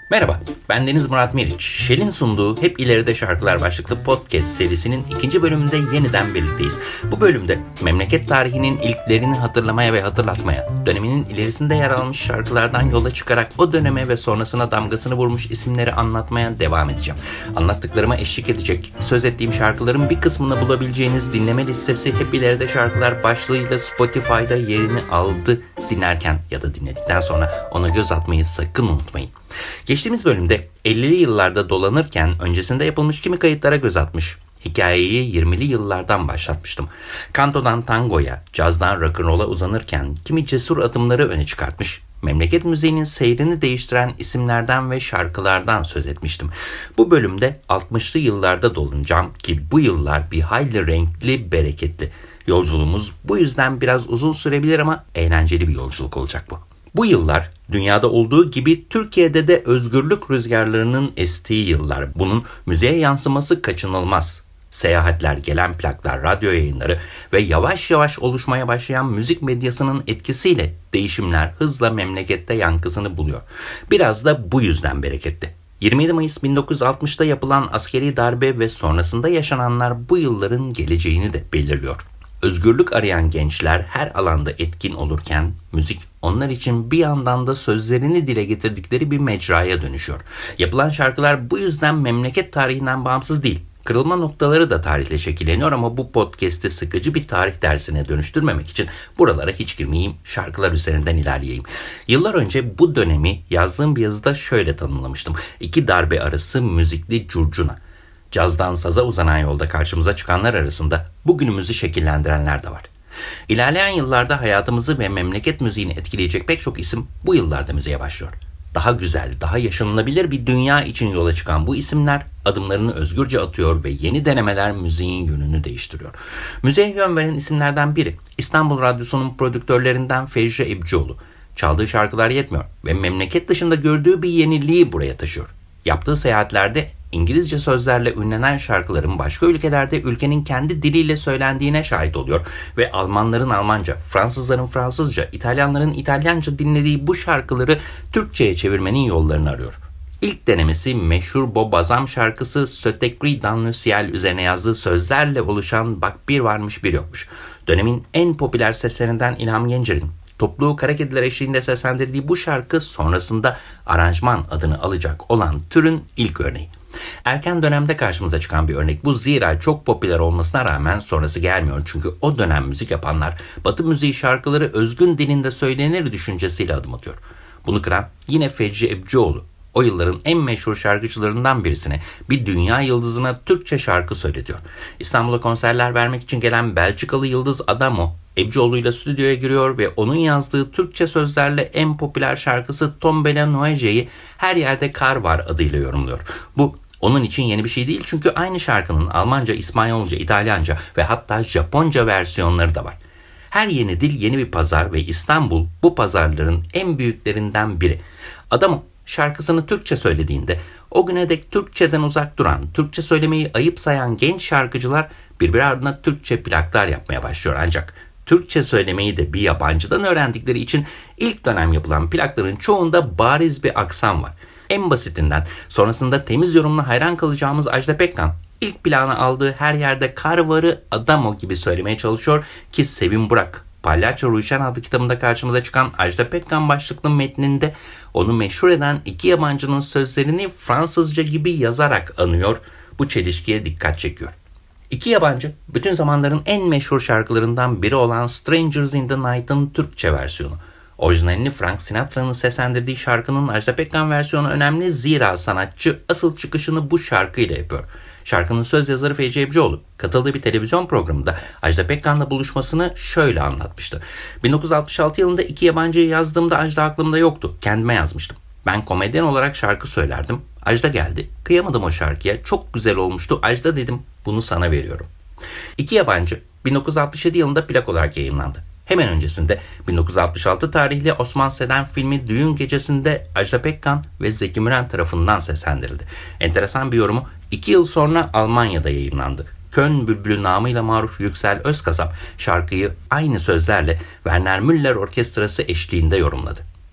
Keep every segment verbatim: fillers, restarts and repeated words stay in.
Merhaba, ben Deniz Murat Meriç. Shell'in sunduğu Hep İleride Şarkılar başlıklı podcast serisinin ikinci bölümünde yeniden birlikteyiz. Bu bölümde memleket tarihinin ilklerini hatırlamaya ve hatırlatmaya, döneminin ilerisinde yer almış şarkılardan yola çıkarak o döneme ve sonrasına damgasını vurmuş isimleri anlatmaya devam edeceğim. Anlattıklarıma eşlik edecek, söz ettiğim şarkıların bir kısmını bulabileceğiniz dinleme listesi Hep İleride Şarkılar başlığıyla Spotify'da yerini aldı. Dinlerken ya da dinledikten sonra ona göz atmayı sakın unutmayın. Geçtiğimiz bölümde ellili yıllarda dolanırken öncesinde yapılmış kimi kayıtlara göz atmış. Hikayeyi yirmili yıllardan başlatmıştım. Kantodan tangoya, cazdan rock'n'roll'a uzanırken kimi cesur adımları öne çıkartmış. Memleket müziğinin seyrini değiştiren isimlerden ve şarkılardan söz etmiştim. Bu bölümde altmışlı yıllarda dolanacağım ki bu yıllar bir hayli renkli, bereketli. Yolculuğumuz bu yüzden biraz uzun sürebilir ama eğlenceli bir yolculuk olacak bu. Bu yıllar dünyada olduğu gibi Türkiye'de de özgürlük rüzgarlarının estiği yıllar. Bunun müziğe yansıması kaçınılmaz. Seyahatler, gelen plaklar, radyo yayınları ve yavaş yavaş oluşmaya başlayan müzik medyasının etkisiyle değişimler hızla memlekette yankısını buluyor. Biraz da bu yüzden bereketli. yirmi yedi Mayıs bin dokuz yüz altmışta yapılan askeri darbe ve sonrasında yaşananlar bu yılların geleceğini de belirliyor. Özgürlük arayan gençler her alanda etkin olurken müzik onlar için bir yandan da sözlerini dile getirdikleri bir mecraya dönüşüyor. Yapılan şarkılar bu yüzden memleket tarihinden bağımsız değil. Kırılma noktaları da tarihle şekilleniyor ama bu podcast'i sıkıcı bir tarih dersine dönüştürmemek için buralara hiç girmeyeyim, şarkılar üzerinden ilerleyeyim. Yıllar önce bu dönemi yazdığım bir yazıda şöyle tanımlamıştım. İki darbe arası müzikli curcuna. Cazdan saza uzanan yolda karşımıza çıkanlar arasında bugünümüzü şekillendirenler de var. İlerleyen yıllarda hayatımızı ve memleket müziğini etkileyecek pek çok isim bu yıllarda müziğe başlıyor. Daha güzel, daha yaşanılabilir bir dünya için yola çıkan bu isimler adımlarını özgürce atıyor ve yeni denemeler müziğin yönünü değiştiriyor. Müziğe yön veren isimlerden biri İstanbul Radyosu'nun prodüktörlerinden Fecri Ebcioğlu. Çaldığı şarkılar yetmiyor ve memleket dışında gördüğü bir yeniliği buraya taşıyor. Yaptığı seyahatlerde İngilizce sözlerle ünlenen şarkıların başka ülkelerde ülkenin kendi diliyle söylendiğine şahit oluyor ve Almanların Almanca, Fransızların Fransızca, İtalyanların İtalyanca dinlediği bu şarkıları Türkçe'ye çevirmenin yollarını arıyor. İlk denemesi meşhur Bob Azam şarkısı Sötekri dans le ciel üzerine yazdığı sözlerle oluşan Bak Bir Varmış Bir Yokmuş. Dönemin en popüler seslerinden İlham Gencer'in Toplu Kara Kediler eşliğinde seslendirdiği bu şarkı sonrasında aranjman adını alacak olan türün ilk örneği. Erken dönemde karşımıza çıkan bir örnek bu, zira çok popüler olmasına rağmen sonrası gelmiyor. Çünkü o dönem müzik yapanlar Batı müziği şarkıları özgün dilinde söylenir düşüncesiyle adım atıyor. Bunu kıran yine Fecri Ebcioğlu. O yılların en meşhur şarkıcılarından birisine, bir dünya yıldızına Türkçe şarkı söyletiyor. İstanbul'a konserler vermek için gelen Belçikalı yıldız Adamo, Ebcioğlu'yla stüdyoya giriyor ve onun yazdığı Türkçe sözlerle en popüler şarkısı Tombele Noage'yi Her Yerde Kar Var adıyla yorumluyor. Bu onun için yeni bir şey değil çünkü aynı şarkının Almanca, İspanyolca, İtalyanca ve hatta Japonca versiyonları da var. Her yeni dil yeni bir pazar ve İstanbul bu pazarların en büyüklerinden biri. Adamo şarkısını Türkçe söylediğinde o güne dek Türkçeden uzak duran, Türkçe söylemeyi ayıp sayan genç şarkıcılar birbiri ardına Türkçe plaklar yapmaya başlıyor. Ancak Türkçe söylemeyi de bir yabancıdan öğrendikleri için ilk dönem yapılan plakların çoğunda bariz bir aksan var. En basitinden sonrasında temiz yorumuna hayran kalacağımız Ajda Pekkan ilk plana aldığı Her Yerde Kar Var'ı Adamo gibi söylemeye çalışıyor ki Sevim Burak, Palyaço Ruşen adlı kitabında karşımıza çıkan Ajda Pekkan başlıklı metninde onu meşhur eden iki yabancının sözlerini Fransızca gibi yazarak anıyor. Bu çelişkiye dikkat çekiyor. İki yabancı bütün zamanların en meşhur şarkılarından biri olan Strangers in the Night'ın Türkçe versiyonu. Orijinalini Frank Sinatra'nın seslendirdiği şarkının Ajda Pekkan versiyonu önemli, zira sanatçı asıl çıkışını bu şarkıyla yapıyor. Şarkının söz yazarı Fecri Ebcioğlu katıldığı bir televizyon programında Ajda Pekkan'la buluşmasını şöyle anlatmıştı. bin dokuz yüz altmış altı yılında iki yabancıyı yazdığımda Ajda aklımda yoktu. Kendime yazmıştım. Ben komedyen olarak şarkı söylerdim. Ajda geldi. Kıyamadım o şarkıya. Çok güzel olmuştu. Ajda dedim, bunu sana veriyorum. İki yabancı bin dokuz yüz altmış yedi yılında plak olarak yayınlandı. Hemen öncesinde bin dokuz yüz altmış altı tarihli Osman Seden filmi Düğün Gecesi'nde Ajda Pekkan ve Zeki Müren tarafından seslendirildi. Enteresan bir yorumu iki yıl sonra Almanya'da yayınlandı. Köln Bülbülü namıyla maruf Yüksel Özkasap şarkıyı aynı sözlerle Werner Müller Orkestrası eşliğinde yorumladı.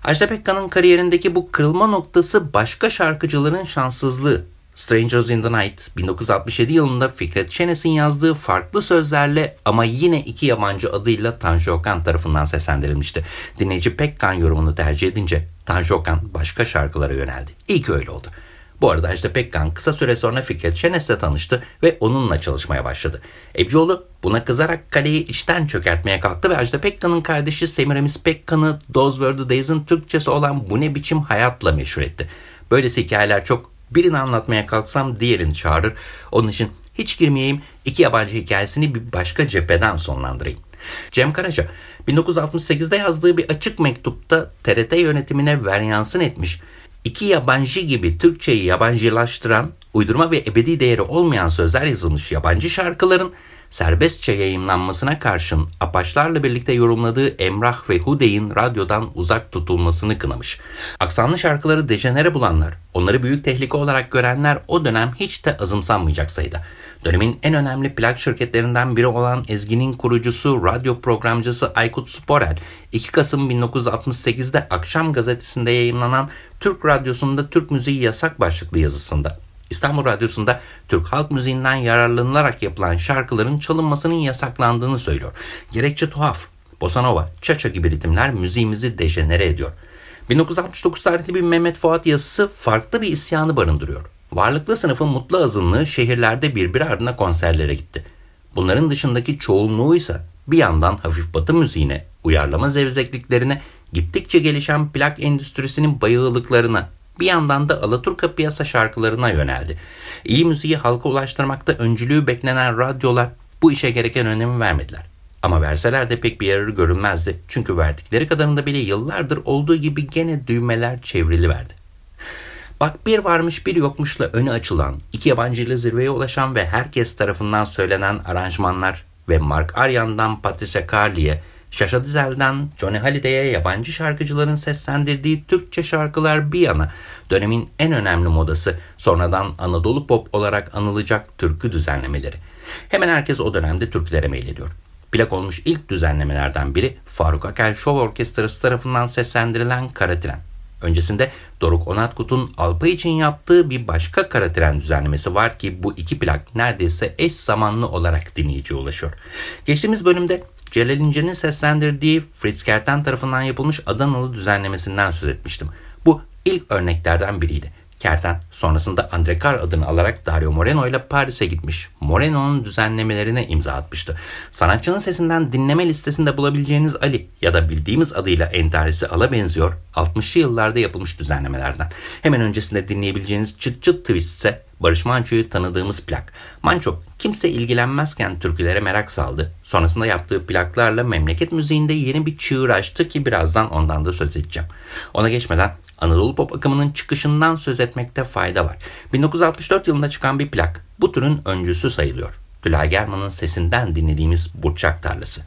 Ajda Pekkan'ın kariyerindeki bu kırılma noktası başka şarkıcıların şanssızlığı. Strangers in the Night bin dokuz yüz altmış yedi yılında Fikret Şenes'in yazdığı farklı sözlerle ama yine iki yabancı adıyla Tanju Okan tarafından seslendirilmişti. Dinleyici Pekkan yorumunu tercih edince Tanju Okan başka şarkılara yöneldi. İyi ki öyle oldu. Bu arada Ajda Pekkan kısa süre sonra Fikret Şenes'le tanıştı ve onunla çalışmaya başladı. Ebcioğlu buna kızarak kaleyi içten çökertmeye kalktı ve Ajda Pekkan'ın kardeşi Semiramis Pekkan'ı Those Were the Days'in Türkçesi olan Bu Ne Biçim Hayat'la meşhur etti. Böylesi hikayeler çok. Birini anlatmaya kalksam diğerini çağırır. Onun için hiç girmeyeyim, iki yabancı hikayesini bir başka cepheden sonlandırayım. Cem Karaca bin dokuz yüz altmış sekizde yazdığı bir açık mektupta T R T yönetimine veryansın etmiş. İki yabancı gibi Türkçeyi yabancılaştıran, uydurma ve ebedi değeri olmayan sözler yazılmış yabancı şarkıların serbestçe yayımlanmasına karşın Apaçlarla birlikte yorumladığı Emrah ve Hudey'in radyodan uzak tutulmasını kınamış. Aksanlı şarkıları dejenere bulanlar, onları büyük tehlike olarak görenler o dönem hiç de azımsanmayacak sayıda. Dönemin en önemli plak şirketlerinden biri olan Ezgi'nin kurucusu, radyo programcısı Aykut Sporel, iki Kasım bin dokuz yüz altmış sekizde Akşam Gazetesi'nde yayımlanan Türk Radyosu'nda Türk Müziği Yasak başlıklı yazısında, İstanbul Radyosu'nda Türk halk müziğinden yararlanılarak yapılan şarkıların çalınmasının yasaklandığını söylüyor. Gerekçe tuhaf. Bossa Nova, Cha-Cha gibi ritimler müziğimizi dejenere ediyor. bin dokuz yüz altmış dokuz tarihli bir Mehmet Fuat yazısı farklı bir isyanı barındırıyor. Varlıklı sınıfın mutlu azınlığı şehirlerde birbiri ardına konserlere gitti. Bunların dışındaki çoğunluğu ise bir yandan hafif batı müziğine, uyarlama zevzekliklerine, gittikçe gelişen plak endüstrisinin bayığılıklarına, bir yandan da Alaturka piyasa şarkılarına yöneldi. İyi müziği halka ulaştırmakta öncülüğü beklenen radyolar bu işe gereken önemi vermediler. Ama verseler de pek bir yararı görünmezdi. Çünkü verdikleri kadarında bile yıllardır olduğu gibi gene düğmeler çevriliverdi. Bak bir varmış bir yokmuşla önü açılan, iki yabancıyla zirveye ulaşan ve herkes tarafından söylenen aranjmanlar ve Mark Aryan'dan Patricia Carly'e, Şaşa Dizel'den Johnny Halliday'e yabancı şarkıcıların seslendirdiği Türkçe şarkılar bir yana, dönemin en önemli modası sonradan Anadolu Pop olarak anılacak türkü düzenlemeleri. Hemen herkes o dönemde türkülere meylediyor. Plak olmuş ilk düzenlemelerden biri Faruk Akel Show Orkestrası tarafından seslendirilen Kara Tren. Öncesinde Doruk Onatkut'un Alpay için yaptığı bir başka Kara Tren düzenlemesi var ki bu iki plak neredeyse eş zamanlı olarak dinleyiciye ulaşıyor. Geçtiğimiz bölümde Celal İnce'nin seslendirdiği Fritz Kerten tarafından yapılmış Adanalı düzenlemesinden söz etmiştim. Bu ilk örneklerden biriydi. Kerten sonrasında Andre Carr adını alarak Dario Moreno ile Paris'e gitmiş. Moreno'nun düzenlemelerine imza atmıştı. Sanatçının sesinden dinleme listesinde bulabileceğiniz Ali ya da bildiğimiz adıyla entarisi Ala benziyor altmışlı yıllarda yapılmış düzenlemelerden. Hemen öncesinde dinleyebileceğiniz Çıt Çıt Twist ise Barış Manço'yu tanıdığımız plak. Manço kimse ilgilenmezken türkülere merak saldı. Sonrasında yaptığı plaklarla memleket müziğinde yeni bir çığır açtı ki birazdan ondan da söz edeceğim. Ona geçmeden Anadolu Pop akımının çıkışından söz etmekte fayda var. bin dokuz yüz altmış dört yılında çıkan bir plak bu türün öncüsü sayılıyor. Tülay German'ın sesinden dinlediğimiz Burçak Tarlası.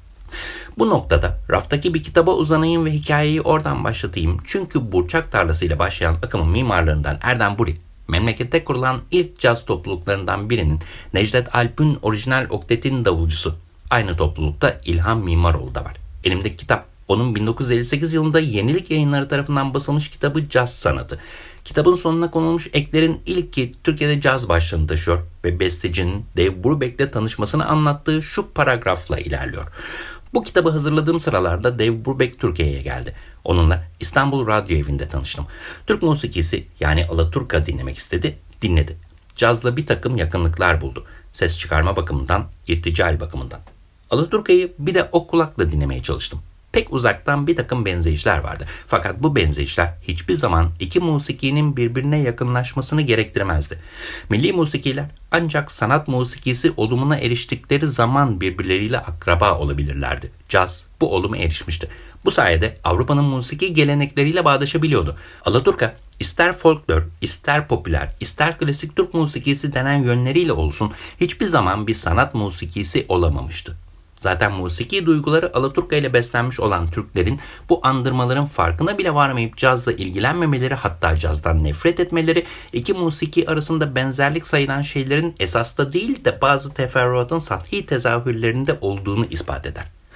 Bu noktada raftaki bir kitaba uzanayım ve hikayeyi oradan başlatayım. Çünkü Burçak Tarlası ile başlayan akımın mimarlarından Erdem Buri, memlekette kurulan ilk caz topluluklarından birinin Necdet Alp'ün orijinal oktetin davulcusu. Aynı toplulukta İlhan Mimaroğlu da var. Elimdeki kitap onun bin dokuz yüz elli sekiz yılında Yenilik Yayınları tarafından basılmış kitabı Caz Sanatı. Kitabın sonuna konulmuş eklerin ilki Türkiye'de caz başlığını taşıyor ve bestecinin Dave Brubeck'le tanışmasını anlattığı şu paragrafla ilerliyor. Bu kitabı hazırladığım sıralarda Dave Brubeck Türkiye'ye geldi. Onunla İstanbul Radyo Evi'nde tanıştım. Türk musikisi yani Alaturka dinlemek istedi, dinledi. Cazla bir takım yakınlıklar buldu. Ses çıkarma bakımından, irtical bakımından. Alaturka'yı bir de o kulakla dinlemeye çalıştım. Pek uzaktan bir takım benzeyişler vardı. Fakat bu benzeyişler hiçbir zaman iki musikinin birbirine yakınlaşmasını gerektirmezdi. Milli musikiler ancak sanat musikisi olumuna eriştikleri zaman birbirleriyle akraba olabilirlerdi. Caz bu oluma erişmişti. Bu sayede Avrupa'nın musiki gelenekleriyle bağdaşabiliyordu. Alaturka ister folklor, ister popüler, ister klasik Türk musikisi denen yönleriyle olsun hiçbir zaman bir sanat musikisi olamamıştı. Zaten musiki duyguları Alaturka ile beslenmiş olan Türklerin bu andırmaların farkına bile varmayıp cazla ilgilenmemeleri, hatta cazdan nefret etmeleri, iki musiki arasında benzerlik sayılan şeylerin esasda değil de bazı teferruatın sathi tezahürlerinde olduğunu ispat eder.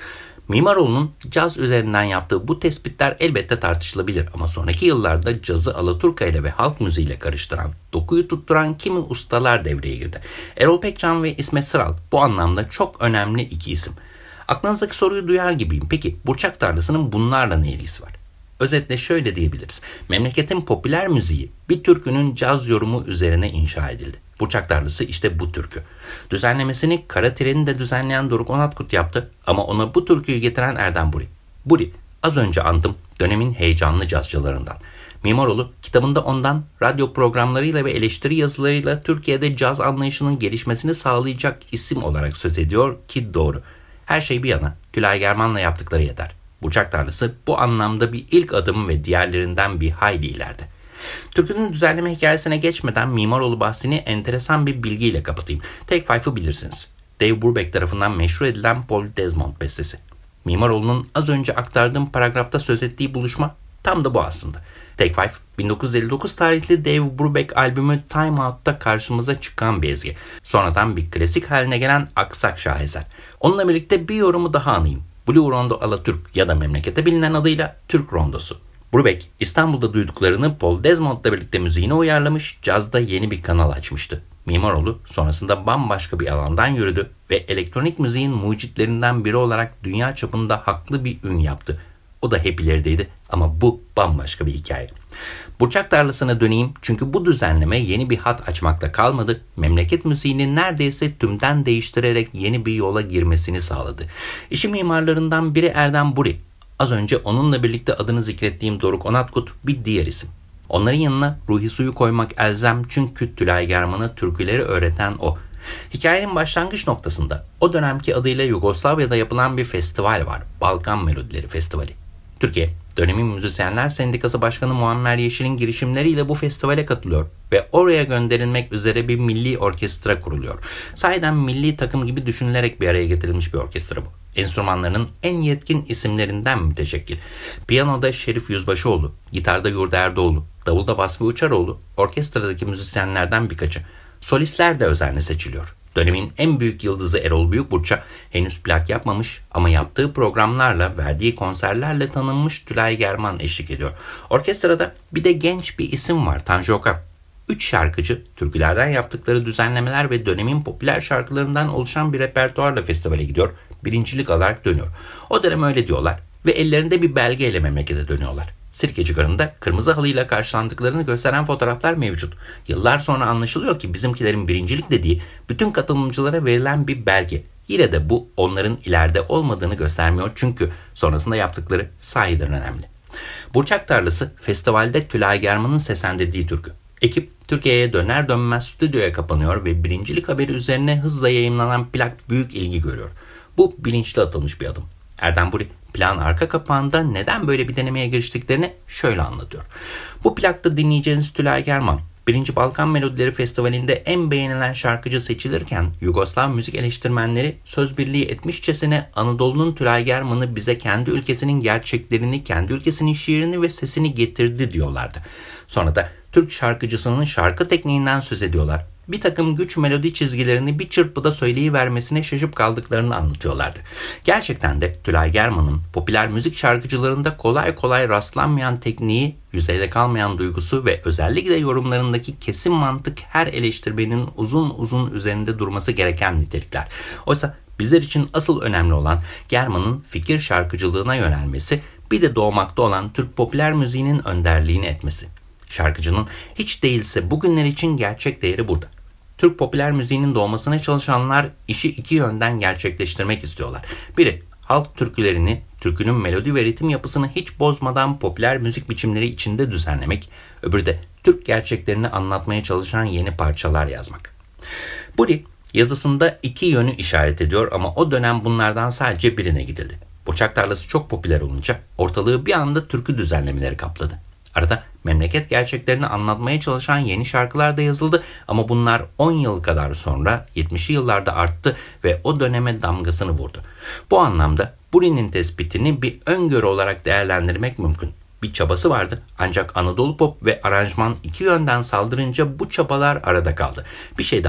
Mimaroğlu'nun caz üzerinden yaptığı bu tespitler elbette tartışılabilir ama sonraki yıllarda cazı alaturka ile ve halk müziğiyle karıştıran, dokuyu tutturan kimi ustalar devreye girdi. Erol Pekcan ve İsmet Sıral bu anlamda çok önemli iki isim. Aklınızdaki soruyu duyar gibiyim. Peki Burçak Tarlası'nın bunlarla ne ilgisi var? Özetle şöyle diyebiliriz. Memleketin popüler müziği bir türkünün caz yorumu üzerine inşa edildi. Burçak Tarlası işte bu türkü. Düzenlemesini Kara Tren'i de düzenleyen Doruk Onatkut yaptı ama ona bu türküyü getiren Erdem Buri. Buri, az önce andım, dönemin heyecanlı cazcılarından. Mimaroğlu kitabında ondan radyo programlarıyla ve eleştiri yazılarıyla Türkiye'de caz anlayışının gelişmesini sağlayacak isim olarak söz ediyor ki doğru. Her şey bir yana Tülay German'la yaptıkları yeter. Burçak Tarlası bu anlamda bir ilk adım ve diğerlerinden bir hayli ileride. Türkünün düzenleme hikayesine geçmeden Mimaroğlu bahsini enteresan bir bilgiyle kapatayım. Take Five'ı bilirsiniz. Dave Brubeck tarafından meşhur edilen Paul Desmond bestesi. Mimaroğlu'nun az önce aktardığım paragrafta söz ettiği buluşma tam da bu aslında. Take Five, bin dokuz yüz elli dokuz tarihli Dave Brubeck albümü Time Out'ta karşımıza çıkan bir ezgi. Sonradan bir klasik haline gelen aksak şaheser. Onunla birlikte bir yorumu daha anayım. Blue Rondo Alatürk ya da memlekete bilinen adıyla Türk Rondosu. Brubeck, İstanbul'da duyduklarını Paul Desmond'la birlikte müziğine uyarlamış, cazda yeni bir kanal açmıştı. Mimaroğlu sonrasında bambaşka bir alandan yürüdü ve elektronik müziğin mucitlerinden biri olarak dünya çapında haklı bir ün yaptı. O da hep ilerideydi ama bu bambaşka bir hikaye. Burçak Tarlası'na döneyim çünkü bu düzenleme yeni bir hat açmakla kalmadı, memleket müziğini neredeyse tümden değiştirerek yeni bir yola girmesini sağladı. İşin mimarlarından biri Erdem Buri. Az önce onunla birlikte adını zikrettiğim Doruk Onatkut bir diğer isim. Onların yanına Ruhi Su'yu koymak elzem çünkü Tülay German'a türküleri öğreten o. Hikayenin başlangıç noktasında o dönemki adıyla Yugoslavya'da yapılan bir festival var. Balkan Melodileri Festivali. Türkiye, dönemin Müzisyenler Sendikası Başkanı Muammer Yeşil'in girişimleriyle bu festivale katılıyor ve oraya gönderilmek üzere bir milli orkestra kuruluyor. Sahiden milli takım gibi düşünülerek bir araya getirilmiş bir orkestra bu. Enstrümanlarının en yetkin isimlerinden müteşekkil. Piyanoda Şerif Yüzbaşıoğlu, gitarda Yurda Erdoğlu, davulda Vasfi Uçaroğlu, orkestradaki müzisyenlerden birkaçı. Solistler de özenle seçiliyor. Dönemin en büyük yıldızı Erol Büyükburç'a henüz plak yapmamış ama yaptığı programlarla, verdiği konserlerle tanınmış Tülay German eşlik ediyor. Orkestrada bir de genç bir isim var, Tanju Okan. Üç şarkıcı, türkülerden yaptıkları düzenlemeler ve dönemin popüler şarkılarından oluşan bir repertuarla festivale gidiyor, birincilik alarak dönüyor. O dönem öyle diyorlar ve ellerinde bir belgeyle memlekete dönüyorlar. Sirkeci Garı'nda kırmızı halıyla karşılandıklarını gösteren fotoğraflar mevcut. Yıllar sonra anlaşılıyor ki bizimkilerin birincilik dediği bütün katılımcılara verilen bir belge. Yine de bu onların ileride olmadığını göstermiyor çünkü sonrasında yaptıkları sahiden önemli. Burçak Tarlası festivalde Tülay German'ın seslendirdiği türkü. Ekip Türkiye'ye döner dönmez stüdyoya kapanıyor ve birincilik haberi üzerine hızla yayınlanan plak büyük ilgi görüyor. Bu bilinçli atılmış bir adım. Erdem Buri plağın arka kapağında neden böyle bir denemeye giriştiklerini şöyle anlatıyor. Bu plakta dinleyeceğiniz Tülay German, birinci Balkan Melodileri Festivali'nde en beğenilen şarkıcı seçilirken Yugoslav müzik eleştirmenleri söz birliği etmişçesine Anadolu'nun Tülay German'ı bize kendi ülkesinin gerçeklerini, kendi ülkesinin şiirini ve sesini getirdi diyorlardı. Sonra da Türk şarkıcısının şarkı tekniğinden söz ediyorlar. Bir takım güç melodi çizgilerini bir çırpıda söyleyivermesine şaşıp kaldıklarını anlatıyorlardı. Gerçekten de Tülay German'ın popüler müzik şarkıcılarında kolay kolay rastlanmayan tekniği, yüzeyde kalmayan duygusu ve özellikle yorumlarındaki kesin mantık her eleştirmenin uzun uzun üzerinde durması gereken nitelikler. Oysa bizler için asıl önemli olan German'ın fikir şarkıcılığına yönelmesi, bir de doğmakta olan Türk popüler müziğinin önderliğini etmesi. Şarkıcının hiç değilse bugünler için gerçek değeri burada. Türk popüler müziğinin doğmasına çalışanlar işi iki yönden gerçekleştirmek istiyorlar. Biri, halk türkülerini, türkünün melodi ve ritim yapısını hiç bozmadan popüler müzik biçimleri içinde düzenlemek. Öbürü de Türk gerçeklerini anlatmaya çalışan yeni parçalar yazmak. Buri yazısında iki yönü işaret ediyor ama o dönem bunlardan sadece birine gidildi. Burçak Tarlası çok popüler olunca ortalığı bir anda türkü düzenlemeleri kapladı. Arada memleket gerçeklerini anlatmaya çalışan yeni şarkılar da yazıldı ama bunlar on yıl kadar sonra yetmişli yıllarda arttı ve o döneme damgasını vurdu. Bu anlamda Buri'nin tespitini bir öngörü olarak değerlendirmek mümkün. Bir çabası vardı ancak Anadolu pop ve aranjman iki yönden saldırınca bu çabalar arada kaldı. Bir şey daha var.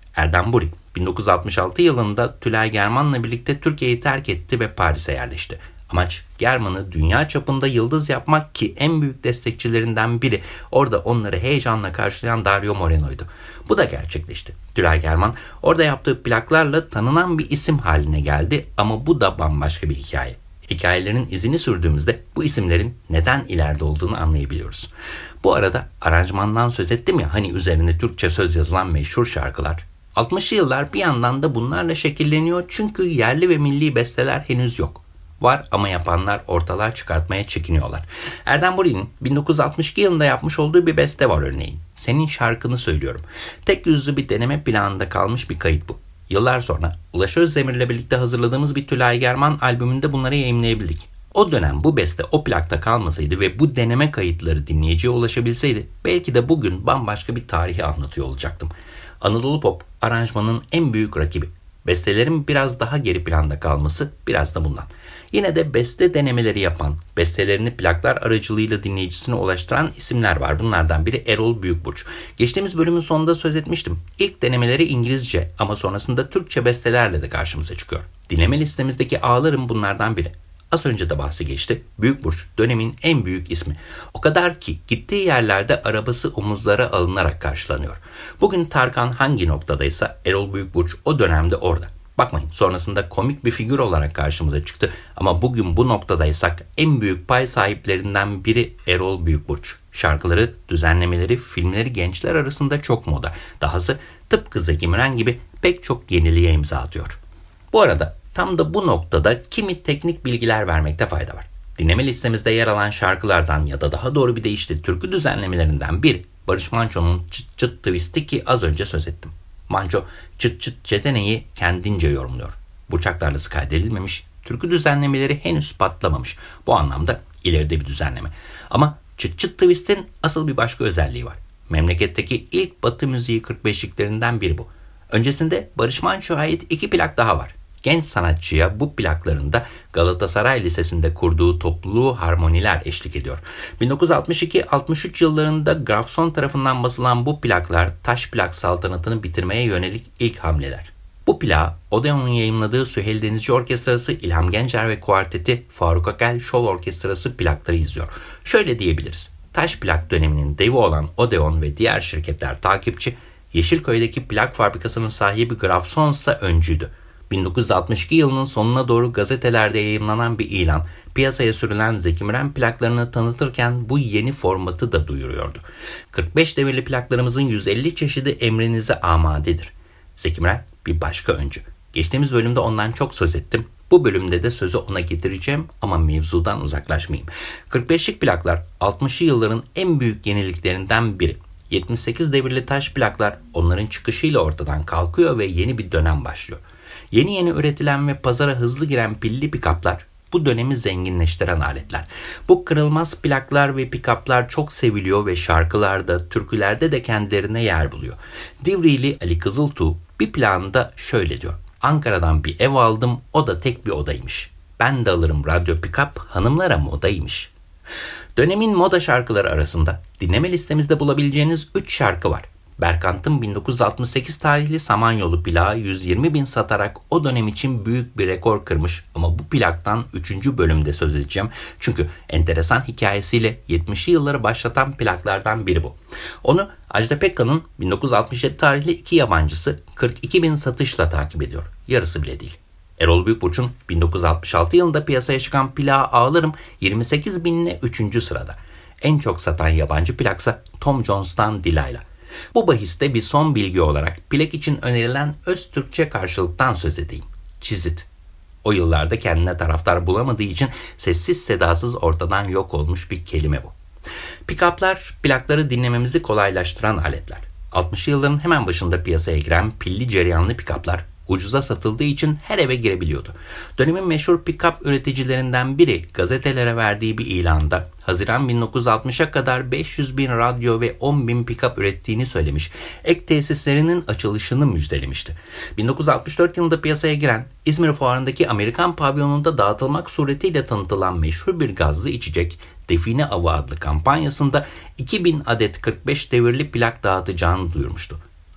Erdem Buri bin dokuz yüz altmış altı yılında Tülay German'la birlikte Türkiye'yi terk etti ve Paris'e yerleşti. Amaç German'ı dünya çapında yıldız yapmak ki en büyük destekçilerinden biri orada onları heyecanla karşılayan Dario Moreno'ydu. Bu da gerçekleşti. Tülay German orada yaptığı plaklarla tanınan bir isim haline geldi ama bu da bambaşka bir hikaye. Hikayelerin izini sürdüğümüzde bu isimlerin neden ileride olduğunu anlayabiliyoruz. Bu arada aranjmandan söz ettim ya, hani üzerine Türkçe söz yazılan meşhur şarkılar. altmışlı yıllar bir yandan da bunlarla şekilleniyor çünkü yerli ve milli besteler henüz yok. Var ama yapanlar ortalığa çıkartmaya çekiniyorlar. Erdem Buri'nin bin dokuz yüz altmış iki yılında yapmış olduğu bir beste var örneğin. Senin şarkını söylüyorum. Tek yüzlü bir deneme planında kalmış bir kayıt bu. Yıllar sonra Ulaş Özdemir'le birlikte hazırladığımız bir Tülay German albümünde bunları yayımlayabildik. O dönem bu beste o plakta kalmasaydı ve bu deneme kayıtları dinleyiciye ulaşabilseydi belki de bugün bambaşka bir tarihi anlatıyor olacaktım. Anadolu Pop aranjmanın en büyük rakibi. Bestelerin biraz daha geri planda kalması biraz da bundan. Yine de beste denemeleri yapan, bestelerini plaklar aracılığıyla dinleyicisine ulaştıran isimler var. Bunlardan biri Erol Büyükburç. Geçtiğimiz bölümün sonunda söz etmiştim. İlk denemeleri İngilizce ama sonrasında Türkçe bestelerle de karşımıza çıkıyor. Dinleme listemizdeki Ağlarım bunlardan biri. Az önce de bahsi geçti. Büyükburç dönemin en büyük ismi. O kadar ki gittiği yerlerde arabası omuzlara alınarak karşılanıyor. Bugün Tarkan hangi noktadaysa Erol Büyükburç o dönemde orada. Bakmayın, sonrasında komik bir figür olarak karşımıza çıktı ama bugün bu noktadaysak en büyük pay sahiplerinden biri Erol Büyükburç. Şarkıları, düzenlemeleri, filmleri gençler arasında çok moda. Dahası tıpkı Zeki Müren gibi pek çok yeniliğe imza atıyor. Bu arada tam da bu noktada kimi teknik bilgiler vermekte fayda var. Dinleme listemizde yer alan şarkılardan ya da daha doğru bir deyişle türkü düzenlemelerinden biri Barış Manço'nun Çıt Çıt Twist'i ki az önce söz ettim. Manço çıt çıt çeteneyi kendince yorumluyor. Burçak tarlası kaydedilmemiş, türkü düzenlemeleri henüz patlamamış. Bu anlamda ileride bir düzenleme. Ama Çıt Çıt Twist'in asıl bir başka özelliği var. Memleketteki ilk Batı müziği kırk beşliklerinden biri bu. Öncesinde Barış Manço'ya ait iki plak daha var. Genç sanatçıya bu plaklarında Galatasaray Lisesi'nde kurduğu topluluğu harmoniler eşlik ediyor. bin dokuz yüz altmış iki altmış üç yıllarında Grafson tarafından basılan bu plaklar taş plak saltanatını bitirmeye yönelik ilk hamleler. Bu plağı Odeon'un yayımladığı Süheyl Denizci Orkestrası, İlham Gencer ve Kuarteti, Faruk Akel Şov Orkestrası plakları izliyor. Şöyle diyebiliriz. Taş plak döneminin devi olan Odeon ve diğer şirketler takipçi, Yeşilköy'deki plak fabrikasının sahibi Grafson ise öncüydü. bin dokuz yüz altmış iki yılının sonuna doğru gazetelerde yayımlanan bir ilan, piyasaya sürülen Zeki Müren plaklarını tanıtırken bu yeni formatı da duyuruyordu. kırk beş devirli plaklarımızın yüz elli çeşidi emrinize amadedir. Zeki Müren bir başka öncü. Geçtiğimiz bölümde ondan çok söz ettim. Bu bölümde de sözü ona getireceğim ama mevzudan uzaklaşmayayım. kırk beşlik plaklar altmışlı yılların en büyük yeniliklerinden biri. yetmiş sekiz devirli taş plaklar onların çıkışıyla ortadan kalkıyor ve yeni bir dönem başlıyor. Yeni yeni üretilen ve pazara hızlı giren pilli pikaplar bu dönemi zenginleştiren aletler. Bu kırılmaz plaklar ve pikaplar çok seviliyor ve şarkılarda, türkülerde de kendilerine yer buluyor. Divrili Ali Kızıltuğ bir planda şöyle diyor. Ankara'dan bir ev aldım, o da tek bir odaymış. Ben de alırım radyo pikap, hanımlara modaymış. Dönemin moda şarkıları arasında dinleme listemizde bulabileceğiniz üç şarkı var. Berkant'ın bin dokuz yüz altmış sekiz tarihli Samanyolu plağı yüz yirmi bin satarak o dönem için büyük bir rekor kırmış ama bu plaktan üçüncü bölümde söz edeceğim. Çünkü enteresan hikayesiyle yetmişli yılları başlatan plaklardan biri bu. Onu Ajda Pekkan'ın bin dokuz yüz altmış yedi tarihli iki yabancısı kırk iki bin satışla takip ediyor. Yarısı bile değil. Erol Büyükburç'un bin dokuz yüz altmış altı yılında piyasaya çıkan plağı Ağlarım yirmi sekiz binle üçüncü sırada. En çok satan yabancı plaksa Tom Jones'tan Delilah. Bu bahiste bir son bilgi olarak plak için önerilen öz Türkçe karşılıktan söz edeyim. Çizit. O yıllarda kendine taraftar bulamadığı için sessiz sedasız ortadan yok olmuş bir kelime bu. Pikaplar, plakları dinlememizi kolaylaştıran aletler. altmışlı yılların hemen başında piyasaya giren pilli cereyanlı pikaplar ucuza satıldığı için her eve girebiliyordu. Dönemin meşhur pikap üreticilerinden biri gazetelere verdiği bir ilanda Haziran bin dokuz yüz altmışa kadar beş yüz bin radyo ve on bin pikap ürettiğini söylemiş, ek tesislerinin açılışını müjdelemişti. bin dokuz yüz altmış dört yılında piyasaya giren İzmir Fuarı'ndaki Amerikan pavyonunda dağıtılmak suretiyle tanıtılan meşhur bir gazlı içecek Define Avı adlı kampanyasında iki bin adet kırk beş devirli plak dağıtacağını duyurmuştu.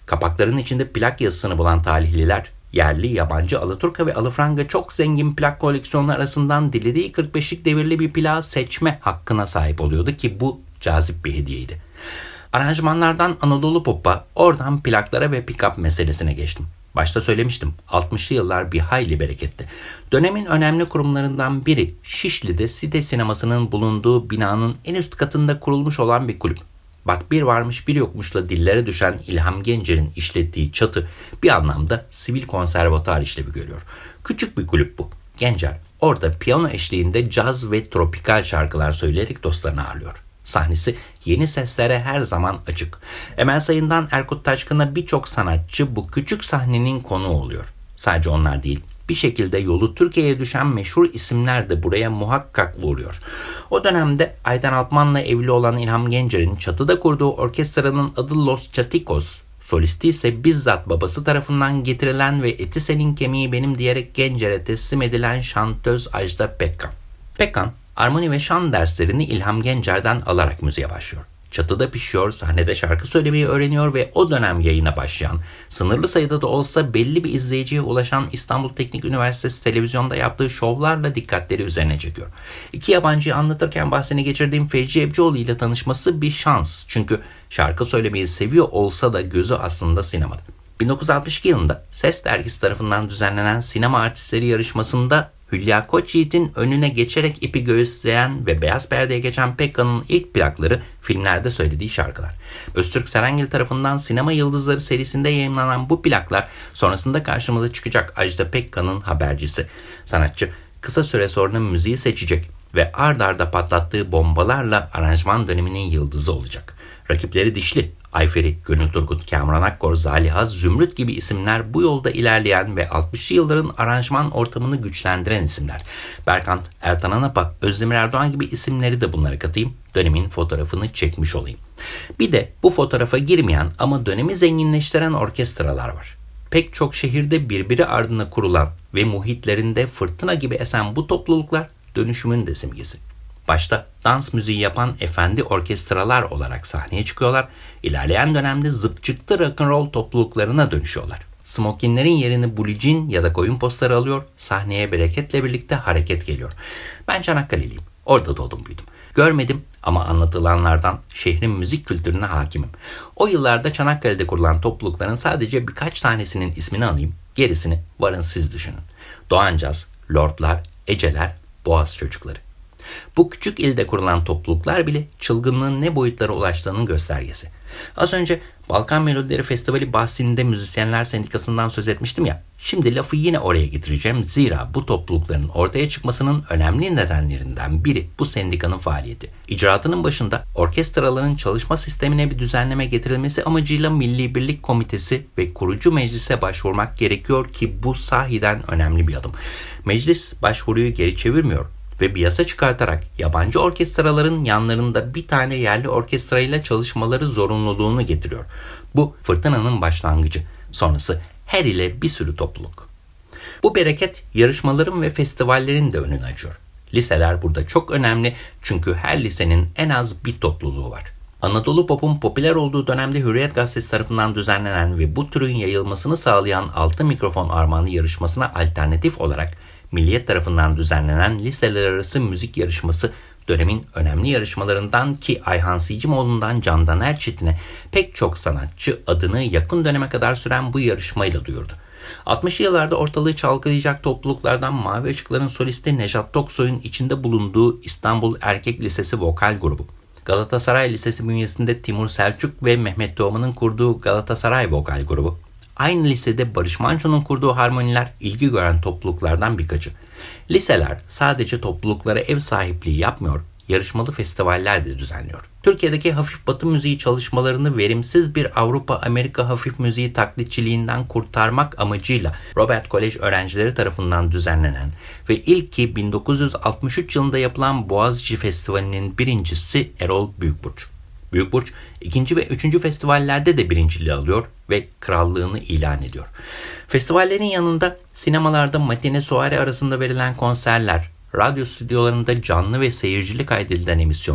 Kapakların içinde plak yazısını bulan talihliler, yerli, yabancı, alaturka ve alafranga çok zengin plak koleksiyonları arasından dilediği kırk beşlik devirli bir plağı seçme hakkına sahip oluyordu ki bu cazip bir hediyeydi. Aranjmanlardan Anadolu Pop'a, oradan plaklara ve pick-up meselesine geçtim. Başta söylemiştim, altmışlı yıllar bir hayli bereketli. Dönemin önemli kurumlarından biri Şişli'de Site Sineması'nın bulunduğu binanın en üst katında kurulmuş olan bir kulüp. Bak bir varmış bir yokmuşla dillere düşen İlham Gencer'in işlettiği çatı bir anlamda sivil konservatuar işlevi görüyor. Küçük bir kulüp bu. Gencer orada piyano eşliğinde caz ve tropikal şarkılar söyleyerek dostlarını ağırlıyor. Sahnesi yeni seslere her zaman açık. Emel Sayın'dan Erkut Taşkın'a birçok sanatçı bu küçük sahnenin konuğu oluyor. Sadece onlar değil, bir şekilde yolu Türkiye'ye düşen meşhur isimler de buraya muhakkak uğruyor. O dönemde Ayten Altman'la evli olan İlham Gencer'in çatıda kurduğu orkestranın adı Los Chaticos, solisti ise bizzat babası tarafından getirilen ve eti senin kemiği benim diyerek Gencer'e teslim edilen şantöz Ajda Pekkan. Pekkan, armoni ve şan derslerini İlham Gencer'den alarak müziğe başlıyor. Çatıda pişiyor, sahnede şarkı söylemeyi öğreniyor ve o dönem yayına başlayan, sınırlı sayıda da olsa belli bir izleyiciye ulaşan İstanbul Teknik Üniversitesi televizyonda yaptığı şovlarla dikkatleri üzerine çekiyor. İki yabancıyı anlatırken bahsini geçirdiğim Feyci Ebcioğlu ile tanışması bir şans. Çünkü şarkı söylemeyi seviyor olsa da gözü aslında sinemada. bin dokuz yüz altmış iki yılında Ses Dergisi tarafından düzenlenen sinema artistleri yarışmasında Hülya Koçyiğit'in önüne geçerek ipi göğüsleyen ve beyaz perdeye geçen Pekkan'ın ilk plakları filmlerde söylediği şarkılar. Öztürk Serengil tarafından Sinema Yıldızları serisinde yayınlanan bu plaklar sonrasında karşımıza çıkacak Ajda Pekkan'ın habercisi. Sanatçı kısa süre sonra müziği seçecek ve ard arda patlattığı bombalarla aranjman döneminin yıldızı olacak. Rakipleri dişli. Ayferi, Gönül Turgut, Kamuran Akkor, Zaliha, Zümrüt gibi isimler bu yolda ilerleyen ve altmışlı yılların aranjman ortamını güçlendiren isimler. Berkant, Ertan Anapa, Özdemir Erdoğan gibi isimleri de bunlara katayım. Dönemin fotoğrafını çekmiş olayım. Bir de bu fotoğrafa girmeyen ama dönemi zenginleştiren orkestralar var. Pek çok şehirde birbiri ardına kurulan ve muhitlerinde fırtına gibi esen bu topluluklar dönüşümün de simgesi. Başta dans müziği yapan efendi orkestralar olarak sahneye çıkıyorlar. İlerleyen dönemde zıpçıktı rock'n'roll topluluklarına dönüşüyorlar. Smokinlerin yerini bulicin ya da koyun postları alıyor. Sahneye bereketle birlikte hareket geliyor. Ben Çanakkale'liyim. Orada doğdum büyüdüm. Görmedim ama anlatılanlardan şehrin müzik kültürüne hakimim. O yıllarda Çanakkale'de kurulan toplulukların sadece birkaç tanesinin ismini anayım. Gerisini varın siz düşünün. Doğancaz, Lordlar, Eceler, Boğaz çocukları. Bu küçük ilde kurulan topluluklar bile çılgınlığın ne boyutlara ulaştığının göstergesi. Az önce Balkan Melodileri Festivali bahsinde Müzisyenler Sendikası'ndan söz etmiştim ya. Şimdi lafı yine oraya getireceğim. Zira bu toplulukların ortaya çıkmasının önemli nedenlerinden biri bu sendikanın faaliyeti. İcraatının başında orkestraların çalışma sistemine bir düzenleme getirilmesi amacıyla Milli Birlik Komitesi ve kurucu meclise başvurmak gerekiyor ki bu sahiden önemli bir adım. Meclis başvuruyu geri çevirmiyor ve bir yasa çıkartarak yabancı orkestraların yanlarında bir tane yerli orkestrayla çalışmaları zorunluluğunu getiriyor. Bu fırtınanın başlangıcı. Sonrası her ile bir sürü topluluk. Bu bereket yarışmaların ve festivallerin de önünü açıyor. Liseler burada çok önemli çünkü her lisenin en az bir topluluğu var. Anadolu Pop'un popüler olduğu dönemde Hürriyet Gazetesi tarafından düzenlenen ve bu türün yayılmasını sağlayan Altın Mikrofon Armağanı yarışmasına alternatif olarak Milliyet tarafından düzenlenen liseler arası müzik yarışması dönemin önemli yarışmalarından ki Ayhan Sicimoğlu'ndan Candan Erçetin'e pek çok sanatçı adını yakın döneme kadar süren bu yarışmayla duyurdu. altmışlı yıllarda ortalığı çalkalayacak topluluklardan Mavi Işıklar'ın solisti Nejat Toksoy'un içinde bulunduğu İstanbul Erkek Lisesi vokal grubu. Galatasaray Lisesi bünyesinde Timur Selçuk ve Mehmet Doğman'ın kurduğu Galatasaray vokal grubu. Aynı lisede Barış Manço'nun kurduğu harmoniler ilgi gören topluluklardan birkaçı. Liseler sadece topluluklara ev sahipliği yapmıyor, yarışmalı festivaller de düzenliyor. Türkiye'deki hafif batı müziği çalışmalarını verimsiz bir Avrupa-Amerika hafif müziği taklitçiliğinden kurtarmak amacıyla Robert Kolej öğrencileri tarafından düzenlenen ve ilki bin dokuz yüz altmış üç yılında yapılan Boğaziçi Festivali'nin birincisi Erol Büyükburç. Büyükburç ikinci ve üçüncü festivallerde de birinciliği alıyor ve krallığını ilan ediyor. Festivallerin yanında sinemalarda matine soare arasında verilen konserler, radyo stüdyolarında canlı ve seyircili kaydedilen emisyonlar,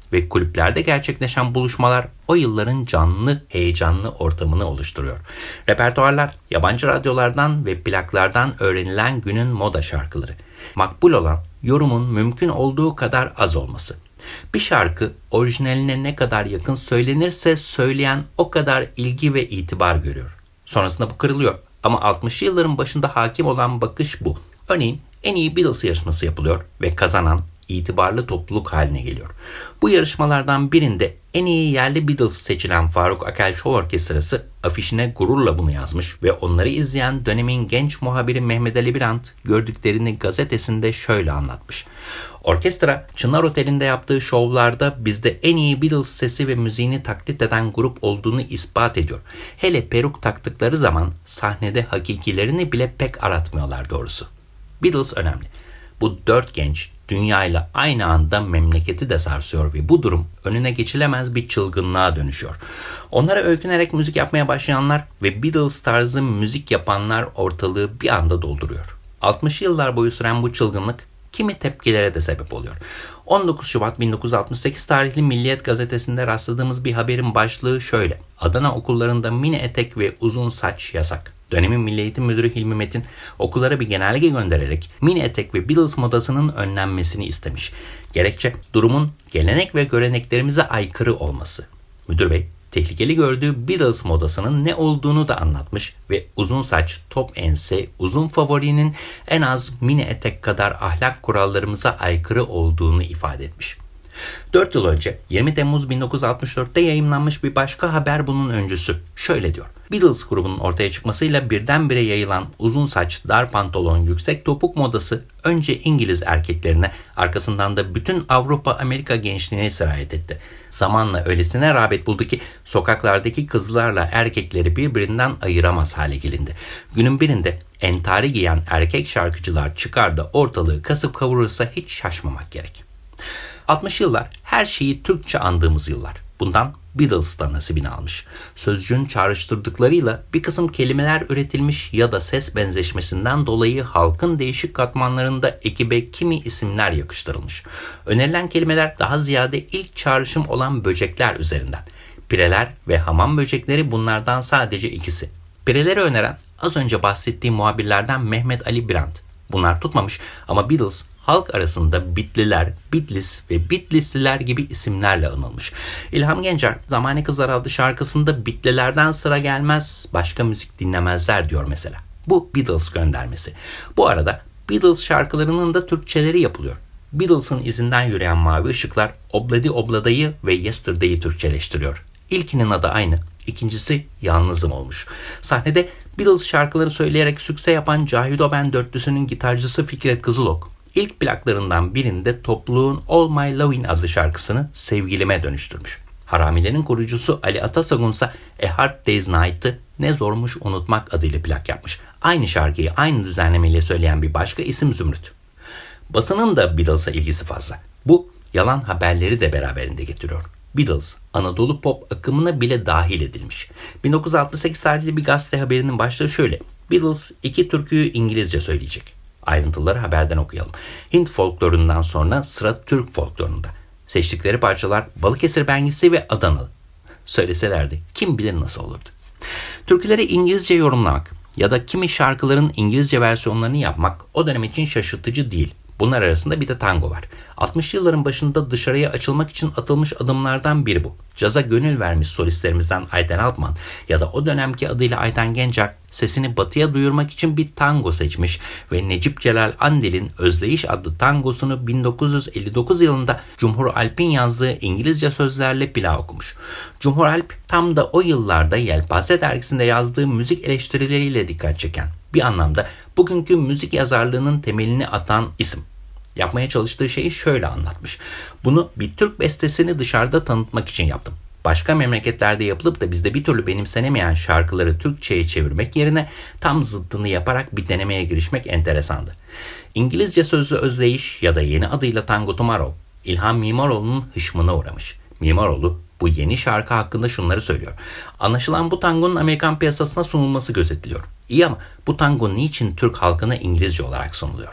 ve kulüplerde gerçekleşen buluşmalar o yılların canlı, heyecanlı ortamını oluşturuyor. Repertuarlar yabancı radyolardan ve plaklardan öğrenilen günün moda şarkıları. Makbul olan yorumun mümkün olduğu kadar az olması. Bir şarkı orijinaline ne kadar yakın söylenirse söyleyen o kadar ilgi ve itibar görüyor. Sonrasında bu kırılıyor ama altmışlı yılların başında hakim olan bakış bu. Örneğin en iyi Beatles yarışması yapılıyor ve kazanan itibarlı topluluk haline geliyor. Bu yarışmalardan birinde en iyi yerli Beatles seçilen Faruk Akel Show Orkestrası afişine gururla bunu yazmış ve onları izleyen dönemin genç muhabiri Mehmet Ali Birant gördüklerini gazetesinde şöyle anlatmış. Orkestra Çınar Oteli'nde yaptığı şovlarda bizde en iyi Beatles sesi ve müziğini taklit eden grup olduğunu ispat ediyor. Hele peruk taktıkları zaman sahnede hakikilerini bile pek aratmıyorlar doğrusu. Beatles önemli. Bu dört genç dünyayla aynı anda memleketi de sarsıyor ve bu durum önüne geçilemez bir çılgınlığa dönüşüyor. Onlara öykünerek müzik yapmaya başlayanlar ve Beatles tarzı müzik yapanlar ortalığı bir anda dolduruyor. altmışlı yıllar boyu süren bu çılgınlık kimi tepkilere de sebep oluyor. on dokuz Şubat bin dokuz yüz altmış sekiz tarihli Milliyet gazetesinde rastladığımız bir haberin başlığı şöyle. Adana okullarında mini etek ve uzun saç yasak. Dönemin Milli Eğitim Müdürü Hilmi Metin okullara bir genelge göndererek mini etek ve Beatles modasının önlenmesini istemiş. Gerekçe durumun gelenek ve göreneklerimize aykırı olması. Müdür bey tehlikeli gördüğü Beatles modasının ne olduğunu da anlatmış ve uzun saç, top ense, uzun favorinin en az mini etek kadar ahlak kurallarımıza aykırı olduğunu ifade etmiş. dört yıl önce yirmi Temmuz bin dokuz yüz altmış dörtte yayımlanmış bir başka haber bunun öncüsü. Şöyle diyor. Beatles grubunun ortaya çıkmasıyla birdenbire yayılan uzun saç, dar pantolon, yüksek topuk modası önce İngiliz erkeklerine, arkasından da bütün Avrupa-Amerika gençliğine sirayet etti. Zamanla öylesine rağbet buldu ki sokaklardaki kızlarla erkekleri birbirinden ayıramaz hale gelindi. Günün birinde entari giyen erkek şarkıcılar çıkar da ortalığı kasıp kavurursa hiç şaşmamak gerek. altmışlı yıllar her şeyi Türkçe andığımız yıllar. Bundan Beatles'ta nasibini almış. Sözcüğün çağrıştırdıklarıyla bir kısım kelimeler üretilmiş ya da ses benzeşmesinden dolayı halkın değişik katmanlarında ekibe kimi isimler yakıştırılmış. Önerilen kelimeler daha ziyade ilk çağrışım olan böcekler üzerinden. Pireler ve hamam böcekleri bunlardan sadece ikisi. Pireleri öneren az önce bahsettiğim muhabirlerden Mehmet Ali Birant. Bunlar tutmamış ama Beatles halk arasında Bitliler, Bitlis ve Bitlisliler gibi isimlerle anılmış. İlham Gencer, Zamane Kızlar adlı şarkısında Bitlilerden sıra gelmez, başka müzik dinlemezler diyor mesela. Bu Beatles göndermesi. Bu arada Beatles şarkılarının da Türkçeleri yapılıyor. Beatles'ın izinden yürüyen Mavi Işıklar, Obladi Oblada'yı ve Yesterday'i Türkçeleştiriyor. İlkinin adı aynı, ikincisi Yalnızım olmuş. Sahnede Beatles şarkıları söyleyerek sükse yapan Cahido Ben dörtlüsünün gitarcısı Fikret Kızılok, ilk plaklarından birinde topluluğun All My Lovin' adlı şarkısını Sevgilime dönüştürmüş. Haramilerin kurucusu Ali Atasagunsa A Hard Day's Night'ı Ne Zormuş Unutmak adıyla plak yapmış. Aynı şarkıyı aynı düzenlemeyle söyleyen bir başka isim Zümrüt. Basının da Beatles'a ilgisi fazla. Bu yalan haberleri de beraberinde getiriyor. Beatles, Anadolu pop akımına bile dahil edilmiş. bin dokuz yüz altmış sekiz tarihli bir gazete haberinin başlığı şöyle. Beatles iki türküyü İngilizce söyleyecek. Ayrıntıları haberden okuyalım. Hint folklorundan sonra sıra Türk folklorunda. Seçtikleri parçalar Balıkesir Bengisi ve Adanalı. Söyleselerdi kim bilir nasıl olurdu. Türküleri İngilizce yorumlamak ya da kimi şarkıların İngilizce versiyonlarını yapmak o dönem için şaşırtıcı değil. Bunlar arasında bir de tango var. altmışlı yılların başında dışarıya açılmak için atılmış adımlardan biri bu. Caza gönül vermiş solistlerimizden Ayten Alpman ya da o dönemki adıyla Ayten Gencer sesini batıya duyurmak için bir tango seçmiş ve Necip Celal Andil'in Özleyiş adlı tangosunu bin dokuz yüz elli dokuz yılında Cumhur Alp'in yazdığı İngilizce sözlerle plak okumuş. Cumhur Alp tam da o yıllarda Yelpaze dergisinde yazdığı müzik eleştirileriyle dikkat çeken, bir anlamda bugünkü müzik yazarlığının temelini atan isim. Yapmaya çalıştığı şeyi şöyle anlatmış. Bunu bir Türk bestesini dışarıda tanıtmak için yaptım. Başka memleketlerde yapılıp da bizde bir türlü benimsenemeyen şarkıları Türkçe'ye çevirmek yerine tam zıttını yaparak bir denemeye girişmek enteresandı. İngilizce sözlü Özleyiş ya da yeni adıyla Tango Tomorrow, İlhan Mimaroğlu'nun hışmına uğramış. Mimaroğlu bu yeni şarkı hakkında şunları söylüyor. Anlaşılan bu tangonun Amerikan piyasasına sunulması gözetiliyor. İyi ama bu tango niçin Türk halkına İngilizce olarak sunuluyor?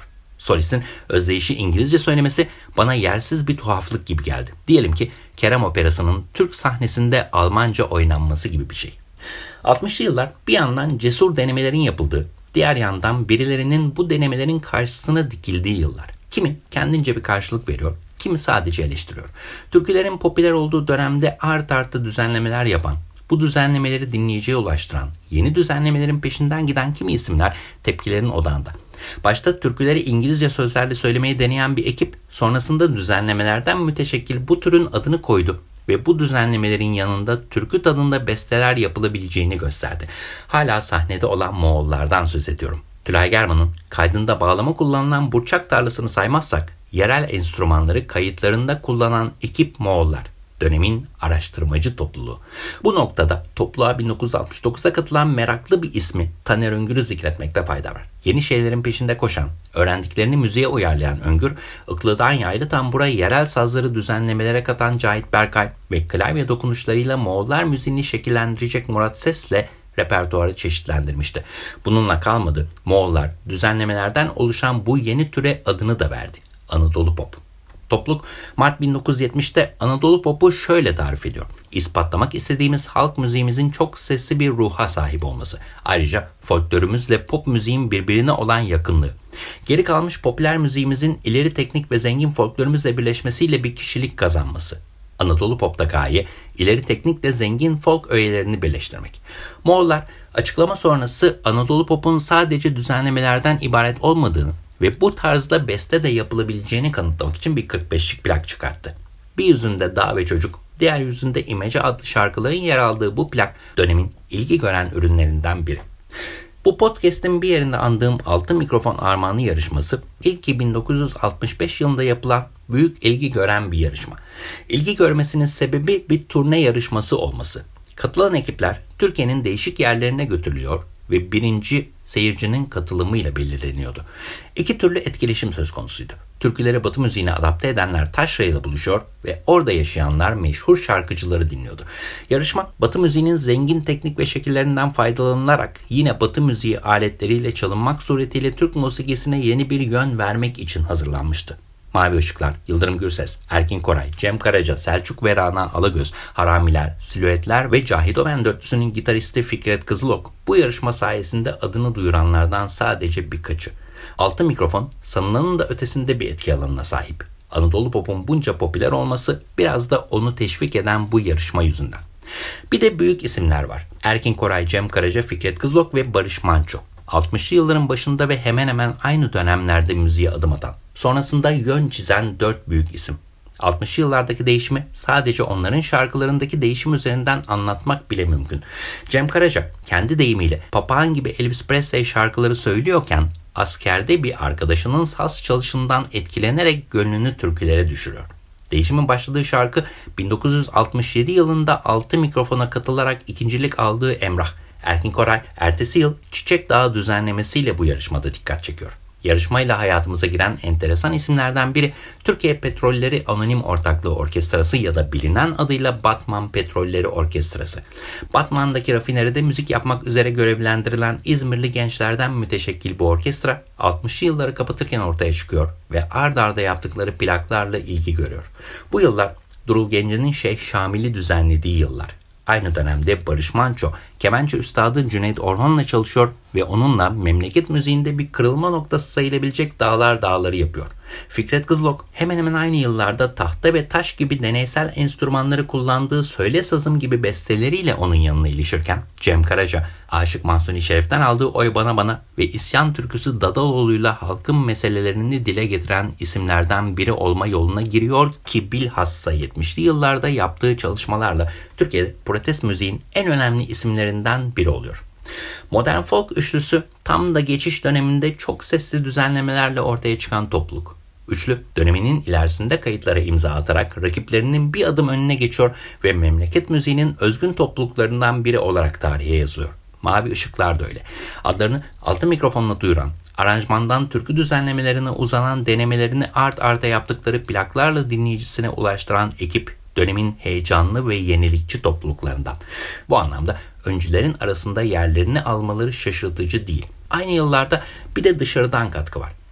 Solistin özdeyişi İngilizce söylemesi bana yersiz bir tuhaflık gibi geldi. Diyelim ki Kerem Operası'nın Türk sahnesinde Almanca oynanması gibi bir şey. altmışlı yıllar bir yandan cesur denemelerin yapıldığı, diğer yandan birilerinin bu denemelerin karşısına dikildiği yıllar. Kimi kendince bir karşılık veriyor, kimi sadece eleştiriyor. Türkülerin popüler olduğu dönemde art arda düzenlemeler yapan, bu düzenlemeleri dinleyiciye ulaştıran, yeni düzenlemelerin peşinden giden kimi isimler tepkilerin odağında. Başta türküleri İngilizce sözlerle söylemeyi deneyen bir ekip sonrasında düzenlemelerden müteşekkil bu türün adını koydu ve bu düzenlemelerin yanında türkü tadında besteler yapılabileceğini gösterdi. Hala sahnede olan Moğollardan söz ediyorum. Tülay German'ın kaydında bağlama kullanılan burçak tarlasını saymazsak yerel enstrümanları kayıtlarında kullanan ekip Moğollar. Dönemin araştırmacı topluluğu. Bu noktada topluluğa bin dokuz yüz altmış dokuzda katılan meraklı bir ismi Taner Öngür'ü zikretmekte fayda var. Yeni şeylerin peşinde koşan, öğrendiklerini müziğe uyarlayan Öngür, ıklıdan yaylı tambura yerel sazları düzenlemelere katan Cahit Berkay ve klavye dokunuşlarıyla Moğollar müziğini şekillendirecek Murat Ses'le repertuarı çeşitlendirmişti. Bununla kalmadı. Moğollar düzenlemelerden oluşan bu yeni türe adını da verdi. Anadolu Pop. Topluluk Mart bin dokuz yüz yetmişte Anadolu Pop'u şöyle tarif ediyor. İspatlamak istediğimiz halk müziğimizin çok sesli bir ruha sahip olması. Ayrıca folklorumuzla pop müziğin birbirine olan yakınlığı. Geri kalmış popüler müziğimizin ileri teknik ve zengin folklorumuzla birleşmesiyle bir kişilik kazanması. Anadolu Pop'ta gaye, ileri teknikle zengin folk öğelerini birleştirmek. Moğollar açıklama sonrası Anadolu Pop'un sadece düzenlemelerden ibaret olmadığını ve bu tarzda beste de yapılabileceğini kanıtlamak için bir kırk beşlik plak çıkarttı. Bir yüzünde Dağ ve Çocuk, diğer yüzünde İmece adlı şarkıların yer aldığı bu plak dönemin ilgi gören ürünlerinden biri. Bu podcast'in bir yerinde andığım Altın Mikrofon Armağanı yarışması ilk bin dokuz yüz altmış beş yılında yapılan büyük ilgi gören bir yarışma. İlgi görmesinin sebebi bir turne yarışması olması. Katılan ekipler Türkiye'nin değişik yerlerine götürülüyor ve birinci seyircinin katılımıyla belirleniyordu. İki türlü etkileşim söz konusuydu. Türküleri Batı müziğine adapte edenler taşrayla buluşuyor ve orada yaşayanlar meşhur şarkıcıları dinliyordu. Yarışma Batı müziğinin zengin teknik ve şekillerinden faydalanılarak yine Batı müziği aletleriyle çalınmak suretiyle Türk musikisine yeni bir yön vermek için hazırlanmıştı. Mavi Işıklar, Yıldırım Gürses, Erkin Koray, Cem Karaca, Selçuk ve Rana Alagöz, Haramiler, Silüetler ve Cahidoven dörtlüsünün gitaristi Fikret Kızılok bu yarışma sayesinde adını duyuranlardan sadece birkaçı. Altın Mikrofon sanılanın da ötesinde bir etki alanına sahip. Anadolu Pop'un bunca popüler olması biraz da onu teşvik eden bu yarışma yüzünden. Bir de büyük isimler var. Erkin Koray, Cem Karaca, Fikret Kızılok ve Barış Manço. altmışlı yılların başında ve hemen hemen aynı dönemlerde müziğe adım atan, sonrasında yön çizen dört büyük isim. altmışlı yıllardaki değişimi sadece onların şarkılarındaki değişim üzerinden anlatmak bile mümkün. Cem Karaca kendi deyimiyle papağan gibi Elvis Presley şarkıları söylüyorken askerde bir arkadaşının saz çalışından etkilenerek gönlünü türkülere düşürüyor. Değişimin başladığı şarkı bin dokuz yüz altmış yedi yılında Altın Mikrofon'a katılarak ikincilik aldığı Emrah. Erkin Koray ertesi yıl Çiçek Dağı düzenlemesiyle bu yarışmada dikkat çekiyor. Yarışmayla hayatımıza giren enteresan isimlerden biri Türkiye Petrolleri Anonim Ortaklığı Orkestrası ya da bilinen adıyla Batman Petrolleri Orkestrası. Batman'daki rafineride müzik yapmak üzere görevlendirilen İzmirli gençlerden müteşekkil bu orkestra altmışlı yılları kapatırken ortaya çıkıyor ve ard arda yaptıkları plaklarla ilgi görüyor. Bu yıllar Durul Gence'nin Şeyh Şamil'i düzenlediği yıllar. Aynı dönemde Barış Manço, kemençe üstadı Cüneyt Orhan'la çalışıyor ve onunla memleket müziğinde bir kırılma noktası sayılabilecek Dağlar Dağları yapıyor. Fikret Kızılok hemen hemen aynı yıllarda tahta ve taş gibi deneysel enstrümanları kullandığı Söyle Sazım gibi besteleriyle onun yanına ilişirken Cem Karaca, Aşık Mahsuni Şerif'ten aldığı Oy Bana Bana ve isyan türküsü Dadaloğlu'yla halkın meselelerini dile getiren isimlerden biri olma yoluna giriyor ki bilhassa yetmişli yıllarda yaptığı çalışmalarla Türkiye'de protest müziğin en önemli isimlerinden biri oluyor. Modern folk üçlüsü tam da geçiş döneminde çok sesli düzenlemelerle ortaya çıkan topluluk. Üçlü döneminin ilerisinde kayıtlara imza atarak rakiplerinin bir adım önüne geçiyor ve memleket müziğinin özgün topluluklarından biri olarak tarihe yazılıyor. Mavi Işıklar da öyle. Adlarını Altın Mikrofon'la duyuran, aranjmandan türkü düzenlemelerine uzanan denemelerini art arda yaptıkları plaklarla dinleyicisine ulaştıran ekip dönemin heyecanlı ve yenilikçi topluluklarından. Bu anlamda öncülerin arasında yerlerini almaları şaşırtıcı değil. Aynı yıllarda bir de dışarıdan katkı var.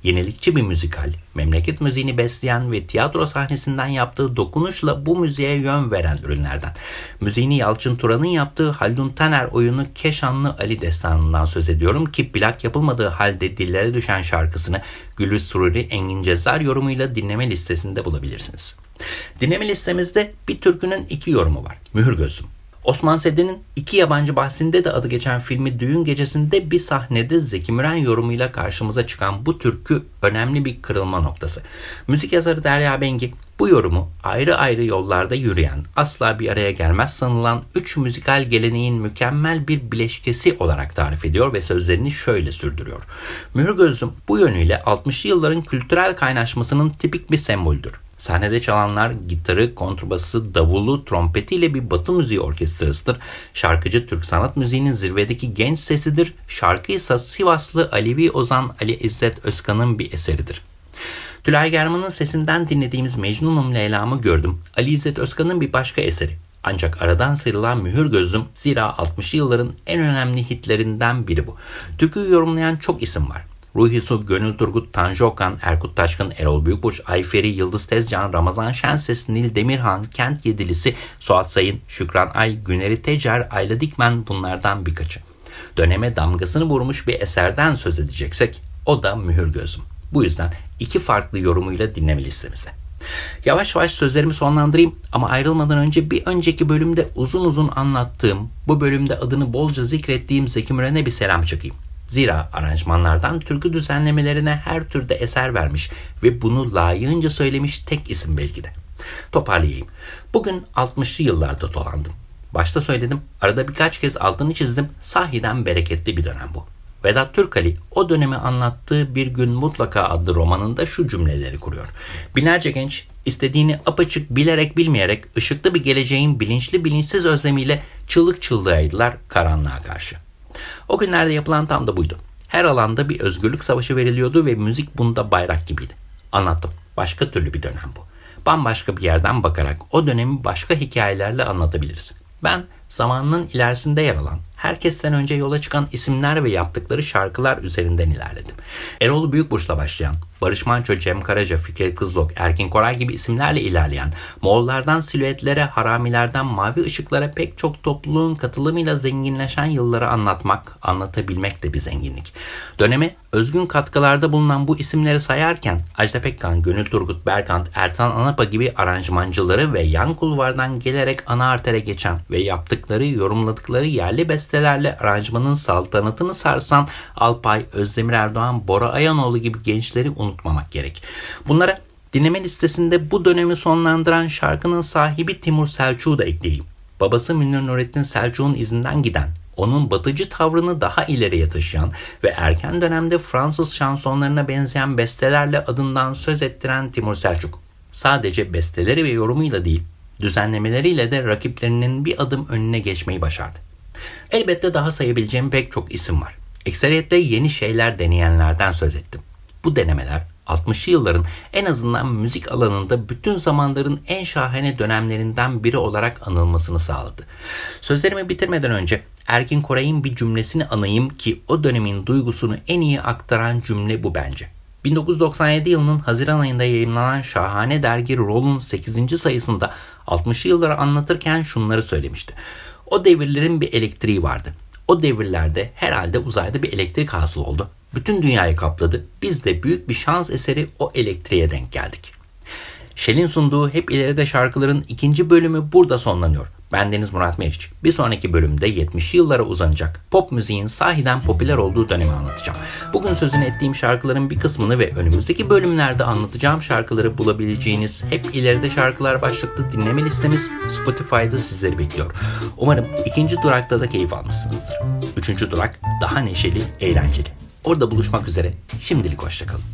Yenilikçi bir müzikal, memleket müziğini besleyen ve tiyatro sahnesinden yaptığı dokunuşla bu müziğe yön veren ürünlerden. Müziğini Yalçın Turan'ın yaptığı Haldun Taner oyunu Keşanlı Ali Destanı'ndan söz ediyorum ki plak yapılmadığı halde dillere düşen şarkısını Gülü Sururi Engin Cezar yorumuyla dinleme listesinde bulabilirsiniz. Dinleme listemizde bir türkünün iki yorumu var. Mühür Gözlüm. Osman Seden'in iki yabancı bahsinde de adı geçen filmi Düğün Gecesi'nde bir sahnede Zeki Müren yorumuyla karşımıza çıkan bu türkü önemli bir kırılma noktası. Müzik yazarı Derya Bengi bu yorumu ayrı ayrı yollarda yürüyen, asla bir araya gelmez sanılan üç müzikal geleneğin mükemmel bir bileşkesi olarak tarif ediyor ve sözlerini şöyle sürdürüyor. Mühür Gözlüm bu yönüyle altmışlı yılların kültürel kaynaşmasının tipik bir sembolüdür. Sahnede çalanlar gitarı, kontrbası, davulu, trompetiyle bir Batı müziği orkestrasıdır. Şarkıcı Türk sanat müziğinin zirvedeki genç sesidir. Şarkı ise Sivaslı Alevi ozan Ali İzzet Özkan'ın bir eseridir. Tülay German'ın sesinden dinlediğimiz Mecnunum Leyla'mı gördüm. Ali İzzet Özkan'ın bir başka eseri. Ancak aradan sıyrılan Mühür Gözlüm zira altmışlı yılların en önemli hitlerinden biri bu. Türküyü yorumlayan çok isim var. Ruhi Su, Gönül Turgut, Tanju Okan, Erkut Taşkın, Erol Büyükburç, Ayferi, Yıldız Tezcan, Ramazan Şenses, Nil Demirhan, Kent Yedilisi, Suat Sayın, Şükran Ay, Güneri Tecer, Ayla Dikmen bunlardan birkaçı. Döneme damgasını vurmuş bir eserden söz edeceksek o da Mühür Gözlüm. Bu yüzden iki farklı yorumuyla dinleme listemizde. Yavaş yavaş sözlerimi sonlandırayım ama ayrılmadan önce bir önceki bölümde uzun uzun anlattığım, bu bölümde adını bolca zikrettiğim Zeki Müren'e bir selam çakayım. Zira aranjmanlardan türkü düzenlemelerine her türde eser vermiş ve bunu layığınca söylemiş tek isim belki de. Toparlayayım. Bugün altmışlı yıllarda dolandım. Başta söyledim, arada birkaç kez altını çizdim, sahiden bereketli bir dönem bu. Vedat Türkali o dönemi anlattığı Bir Gün Mutlaka adlı romanında şu cümleleri kuruyor. Binlerce genç istediğini apaçık bilerek bilmeyerek ışıklı bir geleceğin bilinçli bilinçsiz özlemiyle çığlık çığlığıydılar karanlığa karşı. O günlerde yapılan tam da buydu. Her alanda bir özgürlük savaşı veriliyordu ve müzik bunda bayrak gibiydi. Anlattım. Başka türlü bir dönem bu. Bambaşka bir yerden bakarak o dönemi başka hikayelerle anlatabiliriz. Ben zamanının ilerisinde yer alan, herkesten önce yola çıkan isimler ve yaptıkları şarkılar üzerinden ilerledim. Erol Büyükburç'la başlayan, Barış Manço, Cem Karaca, Fikret Kızılok, Erkin Koray gibi isimlerle ilerleyen, Moğollardan silüetlere, haramilerden mavi ışıklara pek çok topluluğun katılımıyla zenginleşen yılları anlatmak, anlatabilmek de bir zenginlik. Döneme özgün katkılarda bulunan bu isimleri sayarken Ajda Pekkan, Gönül Turgut, Berkant, Ertan Anapa gibi aranjmancıları ve yan kulvardan gelerek ana artere geçen ve yaptıkları, yorumladıkları yerli bestelerle aranjmanın saltanatını sarsan Alpay, Özdemir Erdoğan, Bora Ayanoğlu gibi gençleri unutmamak gerek. Bunlara dinleme listesinde bu dönemi sonlandıran şarkının sahibi Timur Selçuk'u da ekleyeyim. Babası Münir Nurettin Selçuk'un izinden giden, onun batıcı tavrını daha ileriye taşıyan ve erken dönemde Fransız şansonlarına benzeyen bestelerle adından söz ettiren Timur Selçuk. Sadece besteleri ve yorumuyla değil, düzenlemeleriyle de rakiplerinin bir adım önüne geçmeyi başardı. Elbette daha sayabileceğim pek çok isim var. Ekseriyetle yeni şeyler deneyenlerden söz ettim. Bu denemeler altmışlı yılların en azından müzik alanında bütün zamanların en şahane dönemlerinden biri olarak anılmasını sağladı. Sözlerimi bitirmeden önce Erkin Koray'ın bir cümlesini anayım ki o dönemin duygusunu en iyi aktaran cümle bu bence. bin dokuz yüz doksan yedi yılının Haziran ayında yayımlanan şahane dergi Roll'un sekizinci sayısında altmışlı yılları anlatırken şunları söylemişti. O devirlerin bir elektriği vardı. O devirlerde herhalde uzayda bir elektrik hasıl oldu. Bütün dünyayı kapladı. Biz de büyük bir şans eseri o elektriğe denk geldik. Shell'in sunduğu Hep İleride şarkıların ikinci bölümü burada sonlanıyor. Ben Deniz Murat Meriç. Bir sonraki bölümde yetmişli yıllara uzanacak pop müziğin sahiden popüler olduğu dönemi anlatacağım. Bugün sözünü ettiğim şarkıların bir kısmını ve önümüzdeki bölümlerde anlatacağım şarkıları bulabileceğiniz Hep İleride şarkılar başlıklı dinleme listemiz Spotify'da sizleri bekliyor. Umarım ikinci durakta da keyif almışsınızdır. Üçüncü durak daha neşeli, eğlenceli. Orada buluşmak üzere. Şimdilik hoşçakalın.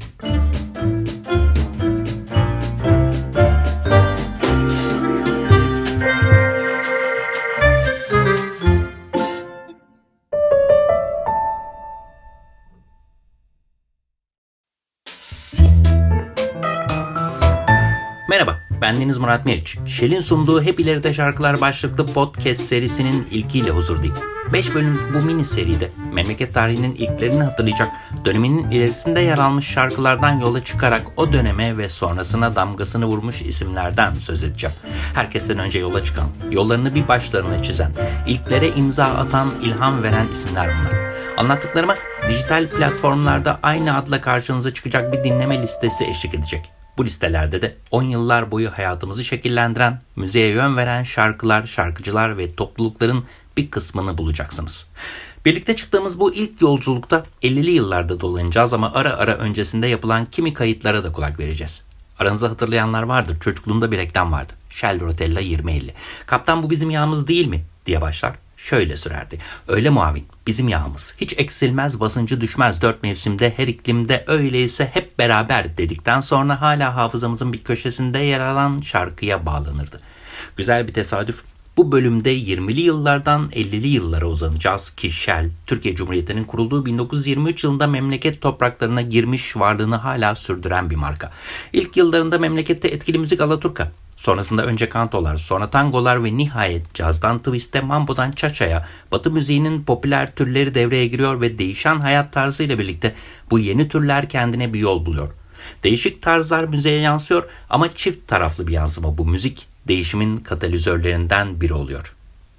Merhaba, ben Deniz Murat Meriç. Shell'in sunduğu Hep İleride Şarkılar başlıklı podcast serisinin ilkiyle huzurdayım. beş bölümlük bu mini seride memleket tarihinin ilklerini hatırlayacak, döneminin ilerisinde yer almış şarkılardan yola çıkarak o döneme ve sonrasına damgasını vurmuş isimlerden söz edeceğim. Herkesten önce yola çıkan, yollarını bir başlarına çizen, ilklere imza atan, ilham veren isimler bunlar. Anlattıklarıma dijital platformlarda aynı adla karşınıza çıkacak bir dinleme listesi eşlik edecek. Bu listelerde de on yıllar boyu hayatımızı şekillendiren, müziğe yön veren şarkılar, şarkıcılar ve toplulukların bir kısmını bulacaksınız. Birlikte çıktığımız bu ilk yolculukta ellili yıllarda dolanacağız ama ara ara öncesinde yapılan kimi kayıtlara da kulak vereceğiz. Aranızda hatırlayanlar vardır. Çocukluğumda bir reklam vardı. Shell Rotella yirmi elli. Kaptan bu bizim yağımız değil mi diye başlar. Şöyle sürerdi. Öyle muavin, bizim yağımız. Hiç eksilmez, basıncı düşmez dört mevsimde, her iklimde, öyleyse hep beraber dedikten sonra hala hafızamızın bir köşesinde yer alan şarkıya bağlanırdı. Güzel bir tesadüf. Bu bölümde yirmili yıllardan ellili yıllara uzanacağız ki Shell, Türkiye Cumhuriyeti'nin kurulduğu bin dokuz yüz yirmi üç yılında memleket topraklarına girmiş, varlığını hala sürdüren bir marka. İlk yıllarında memlekette etkili müzik Alaturka. Sonrasında önce kantolar, sonra tangolar ve nihayet cazdan twiste, mambodan çaçaya, Batı müziğinin popüler türleri devreye giriyor ve değişen hayat tarzıyla birlikte bu yeni türler kendine bir yol buluyor. Değişik tarzlar müziğe yansıyor ama çift taraflı bir yansıma bu müzik, değişimin katalizörlerinden biri oluyor.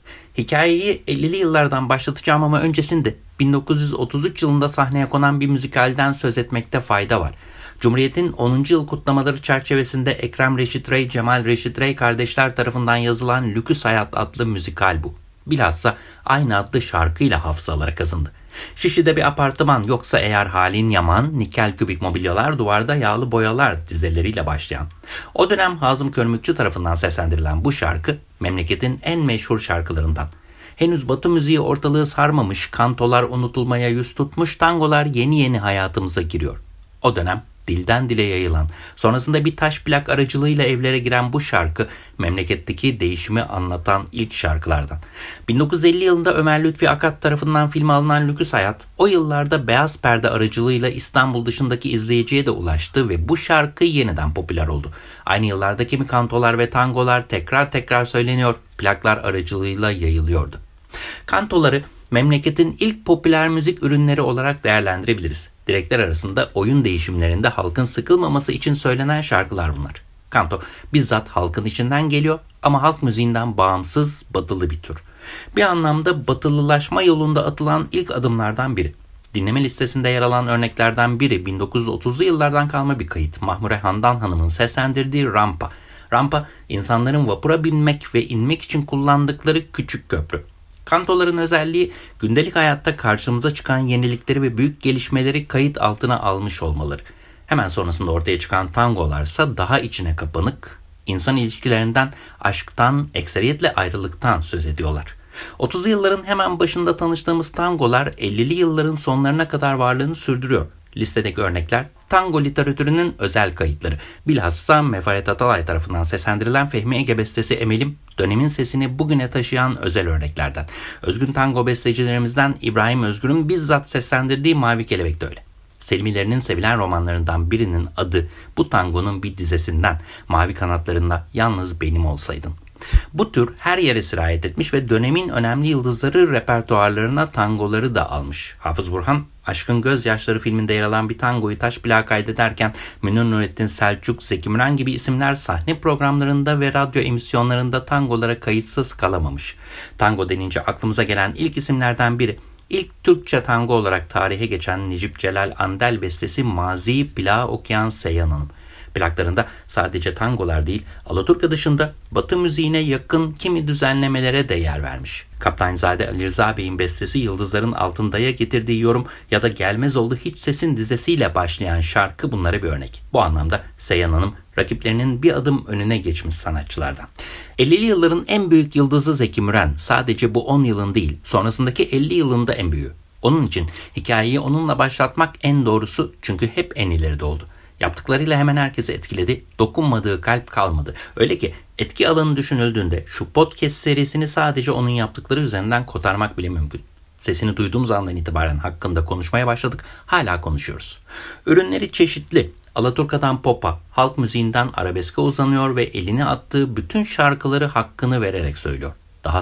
Hikayeyi ellili yıllardan başlatacağım ama öncesinde bin dokuz yüz otuz üç yılında sahneye konan bir müzikalden söz etmekte fayda var. Cumhuriyet'in onuncu yıl kutlamaları çerçevesinde Ekrem Reşit Rey, Cemal Reşit Rey kardeşler tarafından yazılan Lüküs Hayat adlı müzikal bu. Bilhassa aynı adlı şarkıyla hafızalara kazındı. Şişli'de bir apartman, yoksa eğer halin yaman, nikel kübik mobilyalar, duvarda yağlı boyalar dizeleriyle başlayan. O dönem Hazım Körmükçü tarafından seslendirilen bu şarkı memleketin en meşhur şarkılarından. Henüz Batı müziği ortalığı sarmamış, kantolar unutulmaya yüz tutmuş, tangolar yeni yeni hayatımıza giriyor. O dönem dilden dile yayılan, sonrasında bir taş plak aracılığıyla evlere giren bu şarkı memleketteki değişimi anlatan ilk şarkılardan. bin dokuz yüz elli yılında Ömer Lütfi Akat tarafından filme alınan Lüküs Hayat, o yıllarda beyaz perde aracılığıyla İstanbul dışındaki izleyiciye de ulaştı ve bu şarkı yeniden popüler oldu. Aynı yıllarda kimi kantolar ve tangolar tekrar tekrar söyleniyor, plaklar aracılığıyla yayılıyordu. Kantoları memleketin ilk popüler müzik ürünleri olarak değerlendirebiliriz. Direkler arasında oyun değişimlerinde halkın sıkılmaması için söylenen şarkılar bunlar. Kanto bizzat halkın içinden geliyor ama halk müziğinden bağımsız, batılı bir tür. Bir anlamda batılılaşma yolunda atılan ilk adımlardan biri. Dinleme listesinde yer alan örneklerden biri bin dokuz yüz otuzlu yıllardan kalma bir kayıt. Mahmure Handan Hanım'ın seslendirdiği Rampa. Rampa, insanların vapura binmek ve inmek için kullandıkları küçük köprü. Kantoların özelliği gündelik hayatta karşımıza çıkan yenilikleri ve büyük gelişmeleri kayıt altına almış olmaları. Hemen sonrasında ortaya çıkan tangolarsa daha içine kapanık, insan ilişkilerinden, aşktan, ekseriyetle ayrılıktan söz ediyorlar. otuzlu yılların hemen başında tanıştığımız tangolar ellili yılların sonlarına kadar varlığını sürdürüyor. Listedeki örnekler tango literatürünün özel kayıtları. Bilhassa Mefaret Atalay tarafından seslendirilen Fehmi Ege bestesi Emelim, dönemin sesini bugüne taşıyan özel örneklerden. Özgün tango bestecilerimizden İbrahim Özgür'ün bizzat seslendirdiği Mavi Kelebek de öyle. Selimilerinin sevilen romanlarından birinin adı bu tangonun bir dizesinden, Mavi Kanatlarında Yalnız Benim Olsaydın. Bu tür her yere sirayet etmiş ve dönemin önemli yıldızları repertuarlarına tangoları da almış. Hafız Burhan, Aşkın Gözyaşları filminde yer alan bir tangoyu taş plağa kaydederken Münir Nurettin Selçuk, Zeki Müren gibi isimler sahne programlarında ve radyo emisyonlarında tangolara kayıtsız kalamamış. Tango denince aklımıza gelen ilk isimlerden biri, İlk Türkçe tango olarak tarihe geçen Necip Celal Andel bestesi Mazi plağı okuyan Seyhan Hanım. Plaklarında sadece tangolar değil, Alaturka dışında Batı müziğine yakın kimi düzenlemelere de yer vermiş. Kaptanzade Ali Rıza Bey'in bestesi Yıldızların Altında'ya getirdiği yorum ya da Gelmez Oldu Hiç Sesin dizesiyle başlayan şarkı bunlara bir örnek. Bu anlamda Seyhan Hanım rakiplerinin bir adım önüne geçmiş sanatçılardan. ellili yılların en büyük yıldızı Zeki Müren sadece bu on yılın değil, sonrasındaki elli yılında en büyüğü. Onun için hikayeyi onunla başlatmak en doğrusu, çünkü hep en ileride oldu. Yaptıklarıyla hemen herkesi etkiledi, dokunmadığı kalp kalmadı. Öyle ki etki alanı düşünüldüğünde şu podcast serisini sadece onun yaptıkları üzerinden kotarmak bile mümkün. Sesini duyduğumuz andan itibaren hakkında konuşmaya başladık, hala konuşuyoruz. Ürünleri çeşitli, Alaturka'dan pop'a, halk müziğinden arabeske uzanıyor ve elini attığı bütün şarkıları hakkını vererek söylüyor. Dahası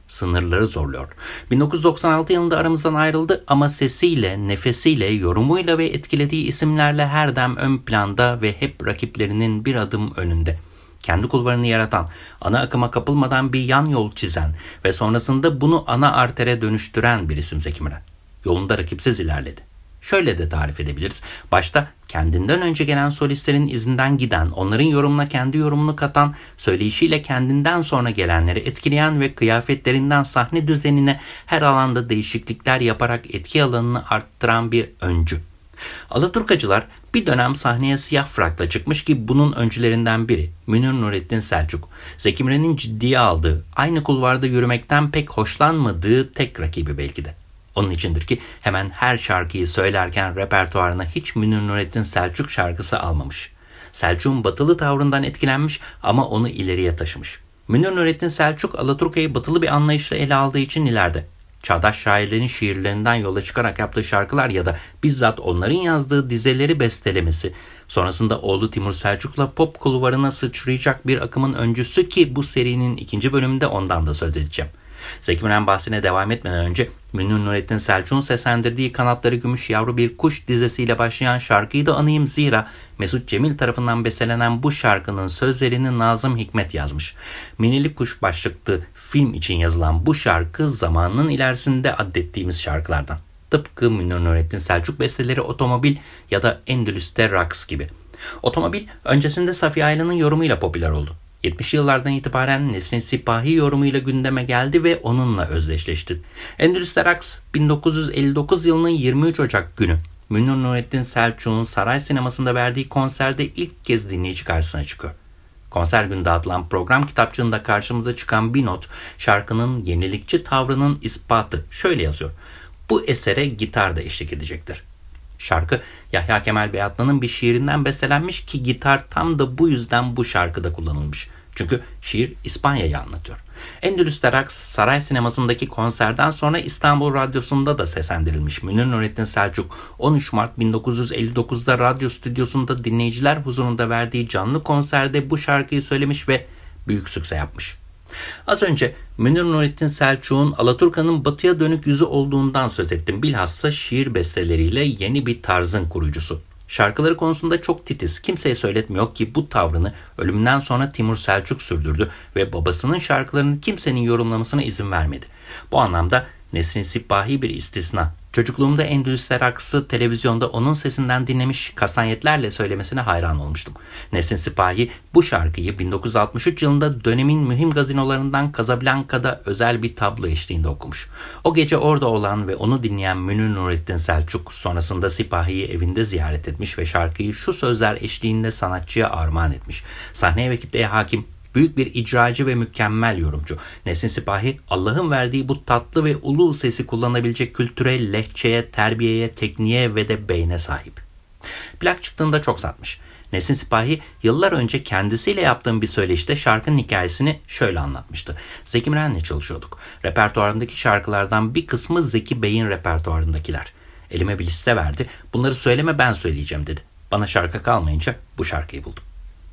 Sınırları zorluyor. bin dokuz yüz doksan altı yılında aramızdan ayrıldı ama sesiyle, nefesiyle, yorumuyla ve etkilediği isimlerle her dem ön planda ve hep rakiplerinin bir adım önünde. Kendi kulvarını yaratan, ana akıma kapılmadan bir yan yol çizen ve sonrasında bunu ana artere dönüştüren bir isim Zeki Müren. Yolunda rakipsiz ilerledi. Şöyle de tarif edebiliriz. Başta kendinden önce gelen solistlerin izinden giden, onların yorumuna kendi yorumunu katan, söyleyişiyle kendinden sonra gelenleri etkileyen ve kıyafetlerinden sahne düzenine her alanda değişiklikler yaparak etki alanını arttıran bir öncü. Alaturkacılar bir dönem sahneye siyah frakla çıkmış ki bunun öncülerinden biri Münir Nurettin Selçuk. Zeki Müren'in ciddiye aldığı, aynı kulvarda yürümekten pek hoşlanmadığı tek rakibi belki de. Onun içindir ki hemen her şarkıyı söylerken repertuarına hiç Münir Nurettin Selçuk şarkısı almamış. Selçuk'un batılı tavrından etkilenmiş ama onu ileriye taşımış. Münir Nurettin Selçuk Alaturka'yı batılı bir anlayışla ele aldığı için ileride. Çağdaş şairlerin şiirlerinden yola çıkarak yaptığı şarkılar ya da bizzat onların yazdığı dizeleri bestelemesi, sonrasında oğlu Timur Selçuk'la pop kulvarına sıçrayacak bir akımın öncüsü ki bu serinin ikinci bölümünde ondan da söz edeceğim. Zeki Müren bahsine devam etmeden önce Münir Nurettin Selçuk'un seslendirdiği Kanatları Gümüş Yavru Bir Kuş dizesiyle başlayan şarkıyı da anayım zira Mesut Cemil tarafından bestelenen bu şarkının sözlerini Nazım Hikmet yazmış. Minili Kuş başlıklı film için yazılan bu şarkı zamanının ilerisinde addettiğimiz şarkılardan. Tıpkı Münir Nurettin Selçuk besteleri Otomobil ya da Endülüs'te Raks gibi. Otomobil öncesinde Safiye Aylan'ın yorumuyla popüler oldu. yetmişli yıllardan itibaren Nesrin Sipahi yorumuyla gündeme geldi ve onunla özdeşleşti. Endülüs'te Raks bin dokuz yüz elli dokuz yılının yirmi üç Ocak günü Münir Nurettin Selçuk'un Saray Sineması'nda verdiği konserde ilk kez dinleyici karşısına çıkıyor. Konser günü dağıtılan program kitapçığında karşımıza çıkan bir not şarkının yenilikçi tavrının ispatı. Şöyle yazıyor: bu esere gitar da eşlik edecektir. Şarkı Yahya Kemal Beyatlı'nın bir şiirinden bestelenmiş ki gitar tam da bu yüzden bu şarkıda kullanılmış. Çünkü şiir İspanya'yı anlatıyor. Endülüs'te Raks Saray Sineması'ndaki konserden sonra İstanbul Radyosu'nda da seslendirilmiş. Münir Nurettin Selçuk on üç Mart bin dokuz yüz elli dokuzda radyo stüdyosunda dinleyiciler huzurunda verdiği canlı konserde bu şarkıyı söylemiş ve büyük sükse yapmış. Az önce Münir Nurettin Selçuk'un Alaturka'nın batıya dönük yüzü olduğundan söz ettim. Bilhassa şiir besteleriyle yeni bir tarzın kurucusu. Şarkıları konusunda çok titiz, kimseye söyletmiyor ki bu tavrını ölümünden sonra Timur Selçuk sürdürdü ve babasının şarkılarını kimsenin yorumlamasına izin vermedi. Bu anlamda Nesrin Sipahi bir istisna. Çocukluğumda Endülüs'te Raks'ı televizyonda onun sesinden dinlemiş, kastanyetlerle söylemesine hayran olmuştum. Nesrin Sipahi bu şarkıyı bin dokuz yüz altmış üç yılında dönemin mühim gazinolarından Casablanca'da özel bir tablo eşliğinde okumuş. O gece orada olan ve onu dinleyen Münir Nurettin Selçuk sonrasında Sipahi'yi evinde ziyaret etmiş ve şarkıyı şu sözler eşliğinde sanatçıya armağan etmiş. Sahneye ve kitleye hakim, büyük bir icracı ve mükemmel yorumcu. Nesrin Sipahi, Allah'ın verdiği bu tatlı ve ulu sesi kullanabilecek kültüre, lehçeye, terbiyeye, tekniğe ve de beyne sahip. Plak çıktığında çok satmış. Nesrin Sipahi yıllar önce kendisiyle yaptığım bir söyleşide şarkının hikayesini şöyle anlatmıştı. Zeki Müren'le çalışıyorduk. Repertuarımdaki şarkılardan bir kısmı Zeki Bey'in repertuarındakiler. Elime bir liste verdi. Bunları söyleme, ben söyleyeceğim dedi. Bana şarkı kalmayınca bu şarkıyı buldum.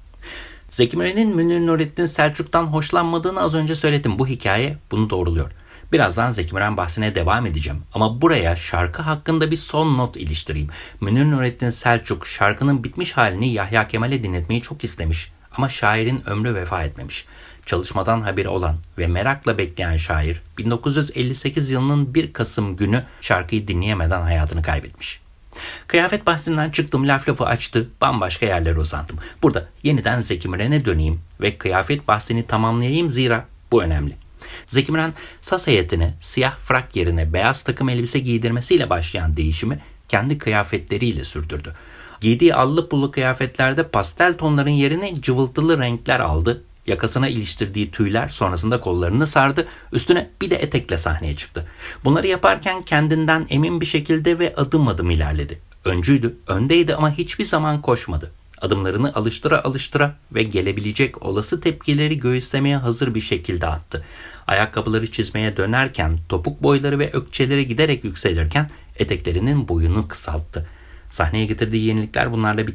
Zeki Müren'in Münir Nurettin Selçuk'tan hoşlanmadığını az önce söyledim. Bu hikaye bunu doğruluyor. Birazdan Zeki Müren bahsine devam edeceğim. Ama buraya şarkı hakkında bir son not iliştireyim. Münir Nurettin Selçuk şarkının bitmiş halini Yahya Kemal'e dinletmeyi çok istemiş. Ama şairin ömrü vefa etmemiş. Çalışmadan haberi olan ve merakla bekleyen şair bin dokuz yüz elli sekiz yılının bir Kasım günü şarkıyı dinleyemeden hayatını kaybetmiş. Kıyafet bahsinden çıktım, laf lafı açtı, bambaşka yerlere uzandım. Burada yeniden Zeki Müren'e döneyim ve kıyafet bahsini tamamlayayım zira bu önemli. Zeki Müren, saz heyetine siyah frak yerine beyaz takım elbise giydirmesiyle başlayan değişimi kendi kıyafetleriyle sürdürdü. Giydiği allı pullu kıyafetlerde pastel tonların yerine cıvıltılı renkler aldı. Yakasına iliştirdiği tüyler sonrasında kollarını sardı, üstüne bir de etekle sahneye çıktı. Bunları yaparken kendinden emin bir şekilde ve adım adım ilerledi. Öncüydü, öndeydi ama hiçbir zaman koşmadı. Adımlarını alıştıra alıştıra ve gelebilecek olası tepkileri göğüslemeye hazır bir şekilde attı. Ayakkabıları çizmeye dönerken topuk boyları ve ökçeleri giderek yükselirken eteklerinin boyunu kısalttı. Sahneye getirdiği yenilikler bunlarla bitmiyor.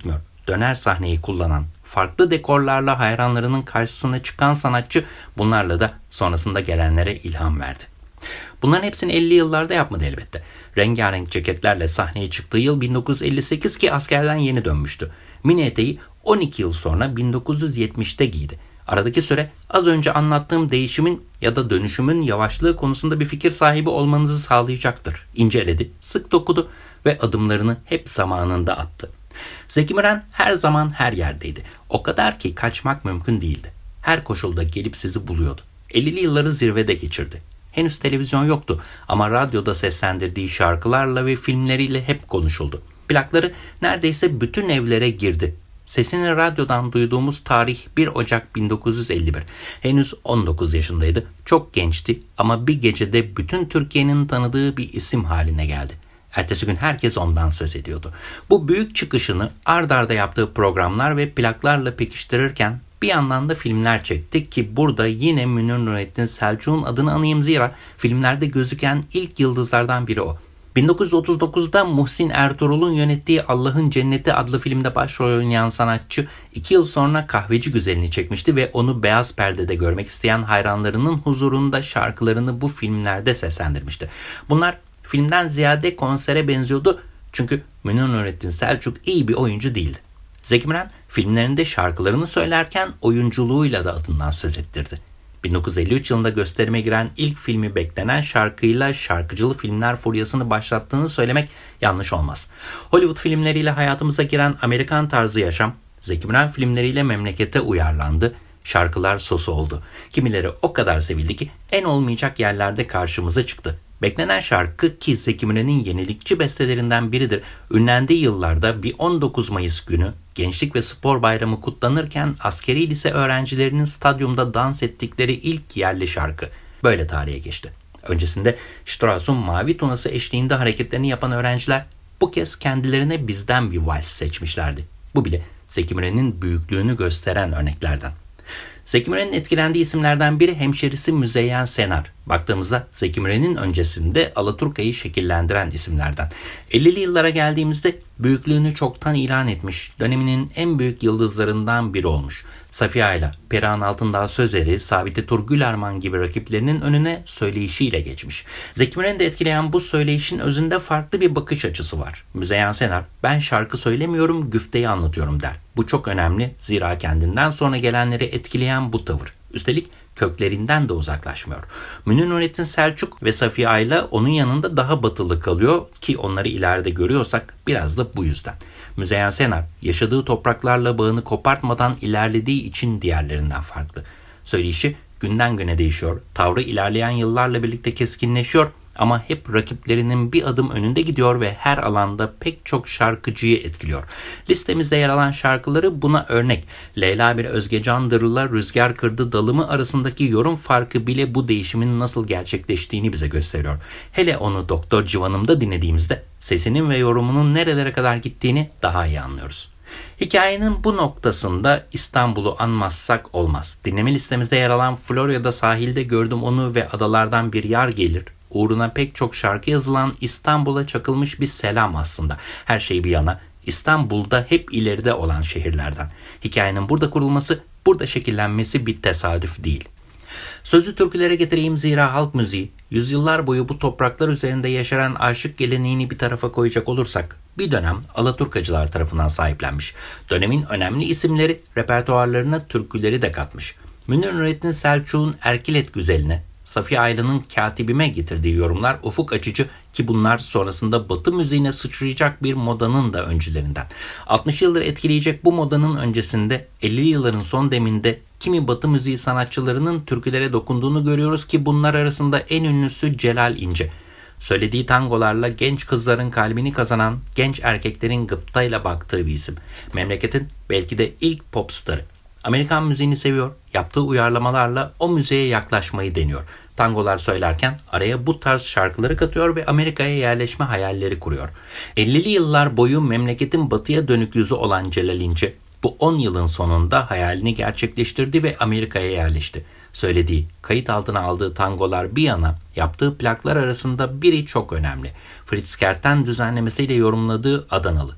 döner sahneyi kullanan, farklı dekorlarla hayranlarının karşısına çıkan sanatçı bunlarla da sonrasında gelenlere ilham verdi. Bunların hepsini elli yıllarda yapmadı elbette. Rengarenk ceketlerle sahneye çıktığı yıl bin dokuz yüz elli sekiz ki askerden yeni dönmüştü. Mini eteği on iki yıl sonra bin dokuz yüz yetmişte giydi. Aradaki süre az önce anlattığım değişimin ya da dönüşümün yavaşlığı konusunda bir fikir sahibi olmanızı sağlayacaktır. İnceledi, sık dokudu ve adımlarını hep zamanında attı. Zeki Müren her zaman her yerdeydi. O kadar ki kaçmak mümkün değildi. Her koşulda gelip sizi buluyordu. ellili yılları zirvede geçirdi. Henüz televizyon yoktu ama radyoda seslendirdiği şarkılarla ve filmleriyle hep konuşuldu. Plakları neredeyse bütün evlere girdi. Sesini radyodan duyduğumuz tarih bir Ocak bin dokuz yüz elli bir. Henüz on dokuz yaşındaydı. Çok gençti ama bir gecede bütün Türkiye'nin tanıdığı bir isim haline geldi. Ertesi gün herkes ondan söz ediyordu. Bu büyük çıkışını ard arda yaptığı programlar ve plaklarla pekiştirirken bir yandan da filmler çekti ki burada yine Münir Nurettin Selçuk'un adını anayım zira filmlerde gözüken ilk yıldızlardan biri o. bin dokuz yüz otuz dokuzda Muhsin Ertuğrul'un yönettiği Allah'ın Cenneti adlı filmde başrol oynayan sanatçı iki yıl sonra Kahveci Güzeli'ni çekmişti ve onu beyaz perdede görmek isteyen hayranlarının huzurunda şarkılarını bu filmlerde seslendirmişti. Bunlar filmden ziyade konsere benziyordu çünkü Münir Nurettin Selçuk iyi bir oyuncu değildi. Zeki Müren filmlerinde şarkılarını söylerken oyunculuğuyla da adından söz ettirdi. bin dokuz yüz elli üç yılında gösterime giren ilk filmi beklenen şarkıyla şarkıcılı filmler furyasını başlattığını söylemek yanlış olmaz. Hollywood filmleriyle hayatımıza giren Amerikan tarzı yaşam, Zeki Müren filmleriyle memlekete uyarlandı, şarkılar sosu oldu. Kimileri o kadar sevildi ki en olmayacak yerlerde karşımıza çıktı. Beklenen şarkı ki Zeki Müren'in yenilikçi bestelerinden biridir. Ünlendiği yıllarda bir on dokuz Mayıs günü Gençlik ve Spor Bayramı kutlanırken askeri lise öğrencilerinin stadyumda dans ettikleri ilk yerli şarkı. Böyle tarihe geçti. Öncesinde Strauss'un Mavi Tunası eşliğinde hareketlerini yapan öğrenciler bu kez kendilerine Bizden bir vals seçmişlerdi. Bu bile Zeki Müren'in büyüklüğünü gösteren örneklerden. Zeki Müren'in etkilendiği isimlerden biri hemşerisi Müzeyyen Senar. Baktığımızda Zeki Müren'in öncesinde Alaturka'yı şekillendiren isimlerden. ellili yıllara geldiğimizde büyüklüğünü çoktan ilan etmiş, döneminin en büyük yıldızlarından biri olmuş. Safiye Ayla, Perihan Altındağ Sözeri, Sabite Turgülerman gibi rakiplerinin önüne söyleyişiyle geçmiş. Zeki Müren'i de etkileyen bu söyleyişin özünde farklı bir bakış açısı var. Müzeyyen Senar, ben şarkı söylemiyorum, güfteyi anlatıyorum der. Bu çok önemli, zira kendinden sonra gelenleri etkileyen bu tavır. Üstelik köklerinden de uzaklaşmıyor. Münir Nurettin Selçuk ve Safiye Ayla onun yanında daha batılı kalıyor ki onları ileride görüyorsak biraz da bu yüzden. Müzeyyen Senar yaşadığı topraklarla bağını kopartmadan ilerlediği için diğerlerinden farklı. Söyleyişi günden güne değişiyor, tavrı ilerleyen yıllarla birlikte keskinleşiyor ama hep rakiplerinin bir adım önünde gidiyor ve her alanda pek çok şarkıcıyı etkiliyor. Listemizde yer alan şarkıları buna örnek. Leyla bir Özgecan'dır'la Rüzgar Kırdı Dalımı arasındaki yorum farkı bile bu değişimin nasıl gerçekleştiğini bize gösteriyor. Hele onu Doktor Civan'ımda dinlediğimizde sesinin ve yorumunun nerelere kadar gittiğini daha iyi anlıyoruz. Hikayenin bu noktasında İstanbul'u anmazsak olmaz. Dinleme listemizde yer alan Florya'da sahilde gördüm onu ve adalardan bir yar gelir. Uğruna pek çok şarkı yazılan İstanbul'a çakılmış bir selam aslında. Her şey bir yana İstanbul'da hep ileride olan şehirlerden. Hikayenin burada kurulması, burada şekillenmesi bir tesadüf değil. Sözü türkülere getireyim zira halk müziği, yüzyıllar boyu bu topraklar üzerinde yaşanan aşık geleneğini bir tarafa koyacak olursak, bir dönem Alaturkacılar tarafından sahiplenmiş. Dönemin önemli isimleri repertuarlarına türküleri de katmış. Münir Nurettin Selçuk'un Erkilet Güzeline, Safiye Ayla'nın Katibime getirdiği yorumlar ufuk açıcı ki bunlar sonrasında Batı müziğine sıçrayacak bir modanın da öncülerinden. altmış yıldır etkileyecek bu modanın öncesinde elli yılların son deminde kimi Batı müziği sanatçılarının türkülere dokunduğunu görüyoruz ki bunlar arasında en ünlüsü Celal İnce. Söylediği tangolarla genç kızların kalbini kazanan, genç erkeklerin gıptayla baktığı bir isim. Memleketin belki de ilk popstarı. Amerikan müziğini seviyor, yaptığı uyarlamalarla o müziğe yaklaşmayı deniyor. Tangolar söylerken araya bu tarz şarkıları katıyor ve Amerika'ya yerleşme hayalleri kuruyor. ellili yıllar boyu memleketin batıya dönük yüzü olan Celal İnce, bu on yılın sonunda hayalini gerçekleştirdi ve Amerika'ya yerleşti. Söylediği, kayıt altına aldığı tangolar bir yana, yaptığı plaklar arasında biri çok önemli. Fritz Kerten düzenlemesiyle yorumladığı Adanalı.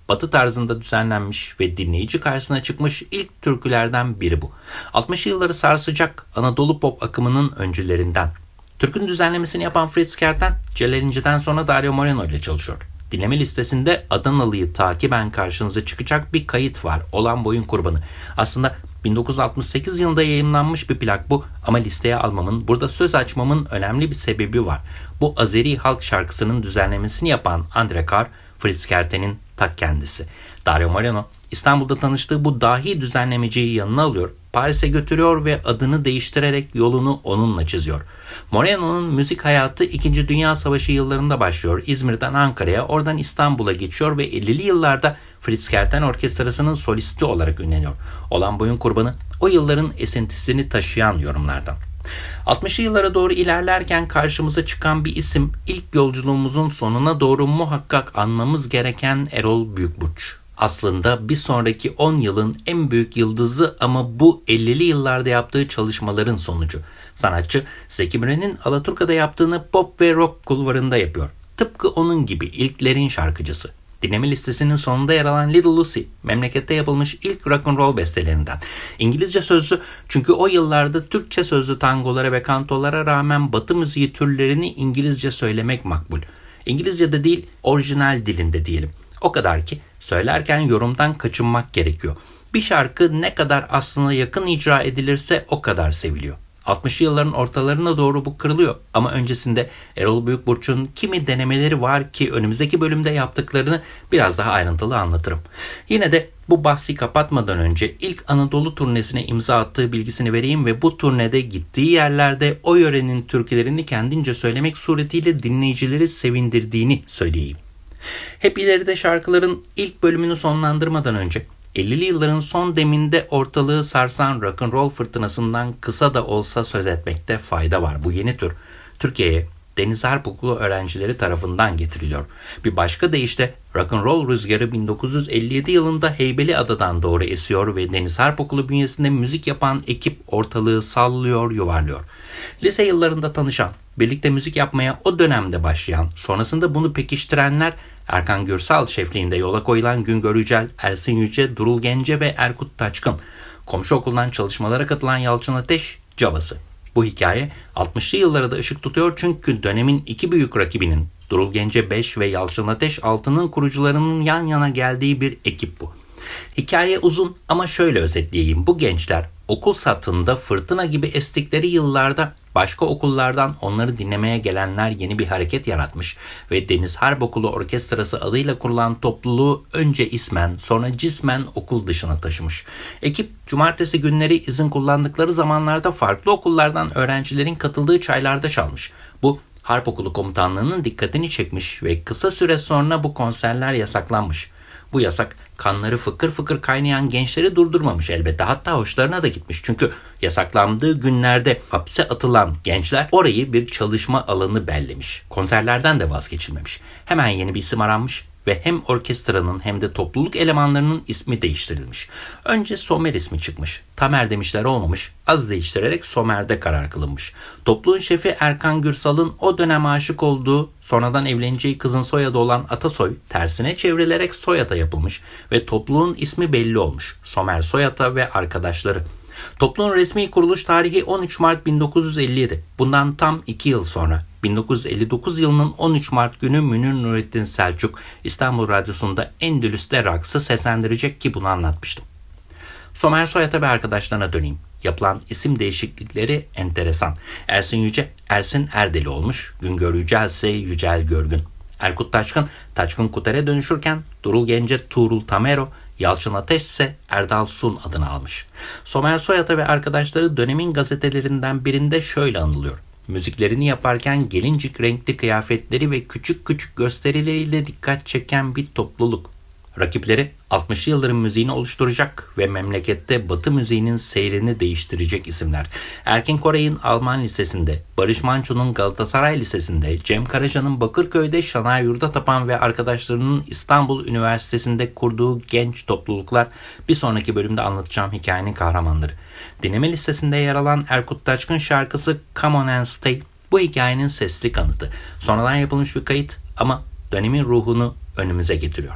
Batı tarzında düzenlenmiş ve dinleyici karşısına çıkmış ilk türkülerden biri bu. altmışlı yılları sarsacak Anadolu pop akımının öncülerinden. Türkün düzenlemesini yapan Fritz Kerten, Celal İnce'den sonra Dario Moreno ile çalışıyor. Dinleme listesinde Adanalı'yı takiben karşınıza çıkacak bir kayıt var. Olan Boyun Kurbanı. Aslında bin dokuz yüz altmış sekiz yılında yayınlanmış bir plak bu ama listeye almamın, burada söz açmamın önemli bir sebebi var. Bu Azeri halk şarkısının düzenlemesini yapan Andre Kar, Fritz Kerten'in ta kendisi. Dario Moreno, İstanbul'da tanıştığı bu dahi düzenlemeciyi yanına alıyor, Paris'e götürüyor ve adını değiştirerek yolunu onunla çiziyor. Moreno'nun müzik hayatı İkinci Dünya Savaşı yıllarında başlıyor. İzmir'den Ankara'ya, oradan İstanbul'a geçiyor ve ellili yıllarda Fritz Kerten Orkestrası'nın solisti olarak ünleniyor. Olan Boyun Kurbanı o yılların esintisini taşıyan yorumlardan. altmışlı yıllara doğru ilerlerken karşımıza çıkan bir isim, ilk yolculuğumuzun sonuna doğru muhakkak anmamız gereken Erol Büyükburç. Aslında bir sonraki on yılın en büyük yıldızı ama bu ellili yıllarda yaptığı çalışmaların sonucu. Sanatçı Zeki Müren'in Alaturka'da yaptığını pop ve rock kulvarında yapıyor. Tıpkı onun gibi ilklerin şarkıcısı. Dinleme listesinin sonunda yer alan Little Lucy, memlekette yapılmış ilk rock and roll bestelerinden. İngilizce sözlü çünkü o yıllarda Türkçe sözlü tangolara ve kantolara rağmen Batı müziği türlerini İngilizce söylemek makbul. İngilizce'de değil, orijinal dilinde diyelim. O kadar ki söylerken yorumdan kaçınmak gerekiyor. Bir şarkı ne kadar aslına yakın icra edilirse o kadar seviliyor. altmışlı yılların ortalarına doğru bu kırılıyor ama öncesinde Erol Büyükburç'un kimi denemeleri var ki önümüzdeki bölümde yaptıklarını biraz daha ayrıntılı anlatırım. Yine de bu bahsi kapatmadan önce ilk Anadolu turnesine imza attığı bilgisini vereyim ve bu turnede gittiği yerlerde o yörenin türkülerini kendince söylemek suretiyle dinleyicileri sevindirdiğini söyleyeyim. Hep ileride şarkıların ilk bölümünü sonlandırmadan önce ellili yılların son deminde ortalığı sarsan rock'n'roll fırtınasından kısa da olsa söz etmekte fayda var. Bu yeni tür Türkiye'ye Deniz Harp Okulu öğrencileri tarafından getiriliyor. Bir başka deyişle rock'n'roll rüzgarı bin dokuz yüz elli yedi yılında Heybeliada'dan doğru esiyor ve Deniz Harp Okulu bünyesinde müzik yapan ekip ortalığı sallıyor, yuvarlıyor. Lise yıllarında tanışan, birlikte müzik yapmaya o dönemde başlayan, sonrasında bunu pekiştirenler Erkan Gürsal şefliğinde yola koyulan Güngör Yücel, Ersin Yüce, Durul Gence ve Erkut Taçkın. Komşu okuldan çalışmalara katılan Yalçın Ateş, cabası. Bu hikaye altmışlı yıllara da ışık tutuyor çünkü dönemin iki büyük rakibinin Durul Gence beş ve Yalçın Ateş altı'nın kurucularının yan yana geldiği bir ekip bu. Hikaye uzun ama şöyle özetleyeyim. Bu gençler okul satında fırtına gibi estikleri yıllarda başka okullardan onları dinlemeye gelenler yeni bir hareket yaratmış ve Deniz Harp Okulu Orkestrası adıyla kurulan topluluğu önce ismen sonra cismen okul dışına taşımış. Ekip cumartesi günleri izin kullandıkları zamanlarda farklı okullardan öğrencilerin katıldığı çaylarda çalmış. Bu Harp Okulu Komutanlığı'nın dikkatini çekmiş ve kısa süre sonra bu konserler yasaklanmış. Bu yasak kanları fıkır fıkır kaynayan gençleri durdurmamış elbette. Hatta hoşlarına da gitmiş. Çünkü yasaklandığı günlerde hapse atılan gençler orayı bir çalışma alanı bellemiş. Konserlerden de vazgeçilmemiş. Hemen yeni bir isim aranmış ve hem orkestranın hem de topluluk elemanlarının ismi değiştirilmiş. Önce Somer ismi çıkmış. Tamer demişler olmamış. Az değiştirerek Somer'de karar kılınmış. Topluluğun şefi Erkan Gürsal'ın o dönem aşık olduğu, sonradan evleneceği kızın soyadı olan Atasoy tersine çevrilerek Soyata yapılmış ve topluluğun ismi belli olmuş. Somer Soyata ve arkadaşları. Topluluğun resmi kuruluş tarihi on üç Mart bin dokuz yüz elli yedi. Bundan tam iki yıl sonra bin dokuz yüz elli dokuz yılının on üç Mart günü Münir Nurettin Selçuk İstanbul Radyosu'nda Endülüs'te raksı seslendirecek ki bunu anlatmıştım. Somer Soyata ve arkadaşlarına döneyim. Yapılan isim değişiklikleri enteresan. Ersin Yüce, Ersin Erdeli olmuş. Güngör Yücel ise Yücel Görgün. Erkut Taçkın, Taçkın Kuter'e dönüşürken Durul Gence Tuğrul Tamero, Yalçın Ateş ise Erdal Sun adını almış. Somer Soyata ve arkadaşları dönemin gazetelerinden birinde şöyle anılıyor. Müziklerini yaparken gelincik renkli kıyafetleri ve küçük küçük gösterileriyle dikkat çeken bir topluluk. Rakipleri altmışlı yılların müziğini oluşturacak ve memlekette Batı müziğinin seyrini değiştirecek isimler. Erkin Koray'ın Alman Lisesi'nde, Barış Manço'nun Galatasaray Lisesi'nde, Cem Karaca'nın Bakırköy'de, Şanay Yurdatapan ve arkadaşlarının İstanbul Üniversitesi'nde kurduğu genç topluluklar bir sonraki bölümde anlatacağım hikayenin kahramanları. Dinleme listesinde yer alan Erkut Taçkın şarkısı Come On and Stay bu hikayenin sesli kanıtı. Sonradan yapılmış bir kayıt ama dönemin ruhunu önümüze getiriyor.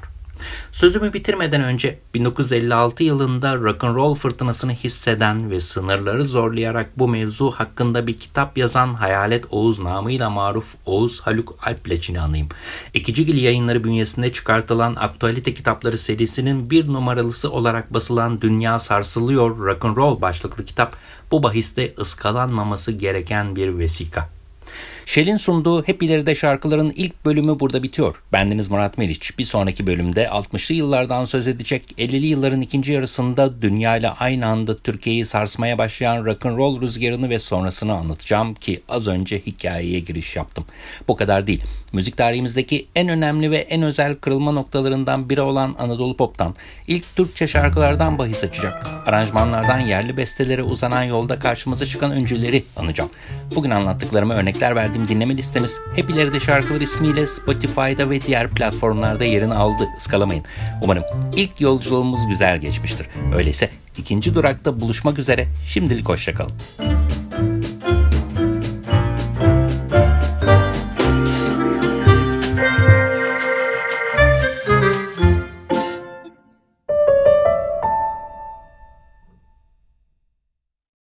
Sözümü bitirmeden önce bin dokuz yüz elli altı yılında rock'n'roll fırtınasını hisseden ve sınırları zorlayarak bu mevzu hakkında bir kitap yazan Hayalet Oğuz namıyla maruf Oğuz Haluk Alp'le anayım. Ekicigil Yayınları bünyesinde çıkartılan Aktualite Kitapları serisinin bir numaralısı olarak basılan Dünya Sarsılıyor Rock'n'Roll başlıklı kitap bu bahiste ıskalanmaması gereken bir vesika. Shell'in sunduğu Hep İleride şarkıların ilk bölümü burada bitiyor. Bendeniz Murat Meriç. Bir sonraki bölümde altmışlı yıllardan söz edecek, ellili yılların ikinci yarısında dünyayla aynı anda Türkiye'yi sarsmaya başlayan rock'n'roll rüzgarını ve sonrasını anlatacağım ki az önce hikayeye giriş yaptım. Bu kadar değil. Müzik tarihimizdeki en önemli ve en özel kırılma noktalarından biri olan Anadolu Pop'tan, ilk Türkçe şarkılardan bahis açacak, aranjmanlardan yerli bestelere uzanan yolda karşımıza çıkan öncüleri anacağım. Bugün anlattıklarıma örnekler verdiğim dinleme listemiz Hep İleride Şarkılar ismiyle Spotify'da ve diğer platformlarda yerini aldı. Iskalamayın. Umarım ilk yolculuğumuz güzel geçmiştir. Öyleyse ikinci durakta buluşmak üzere. Şimdilik hoşça kalın.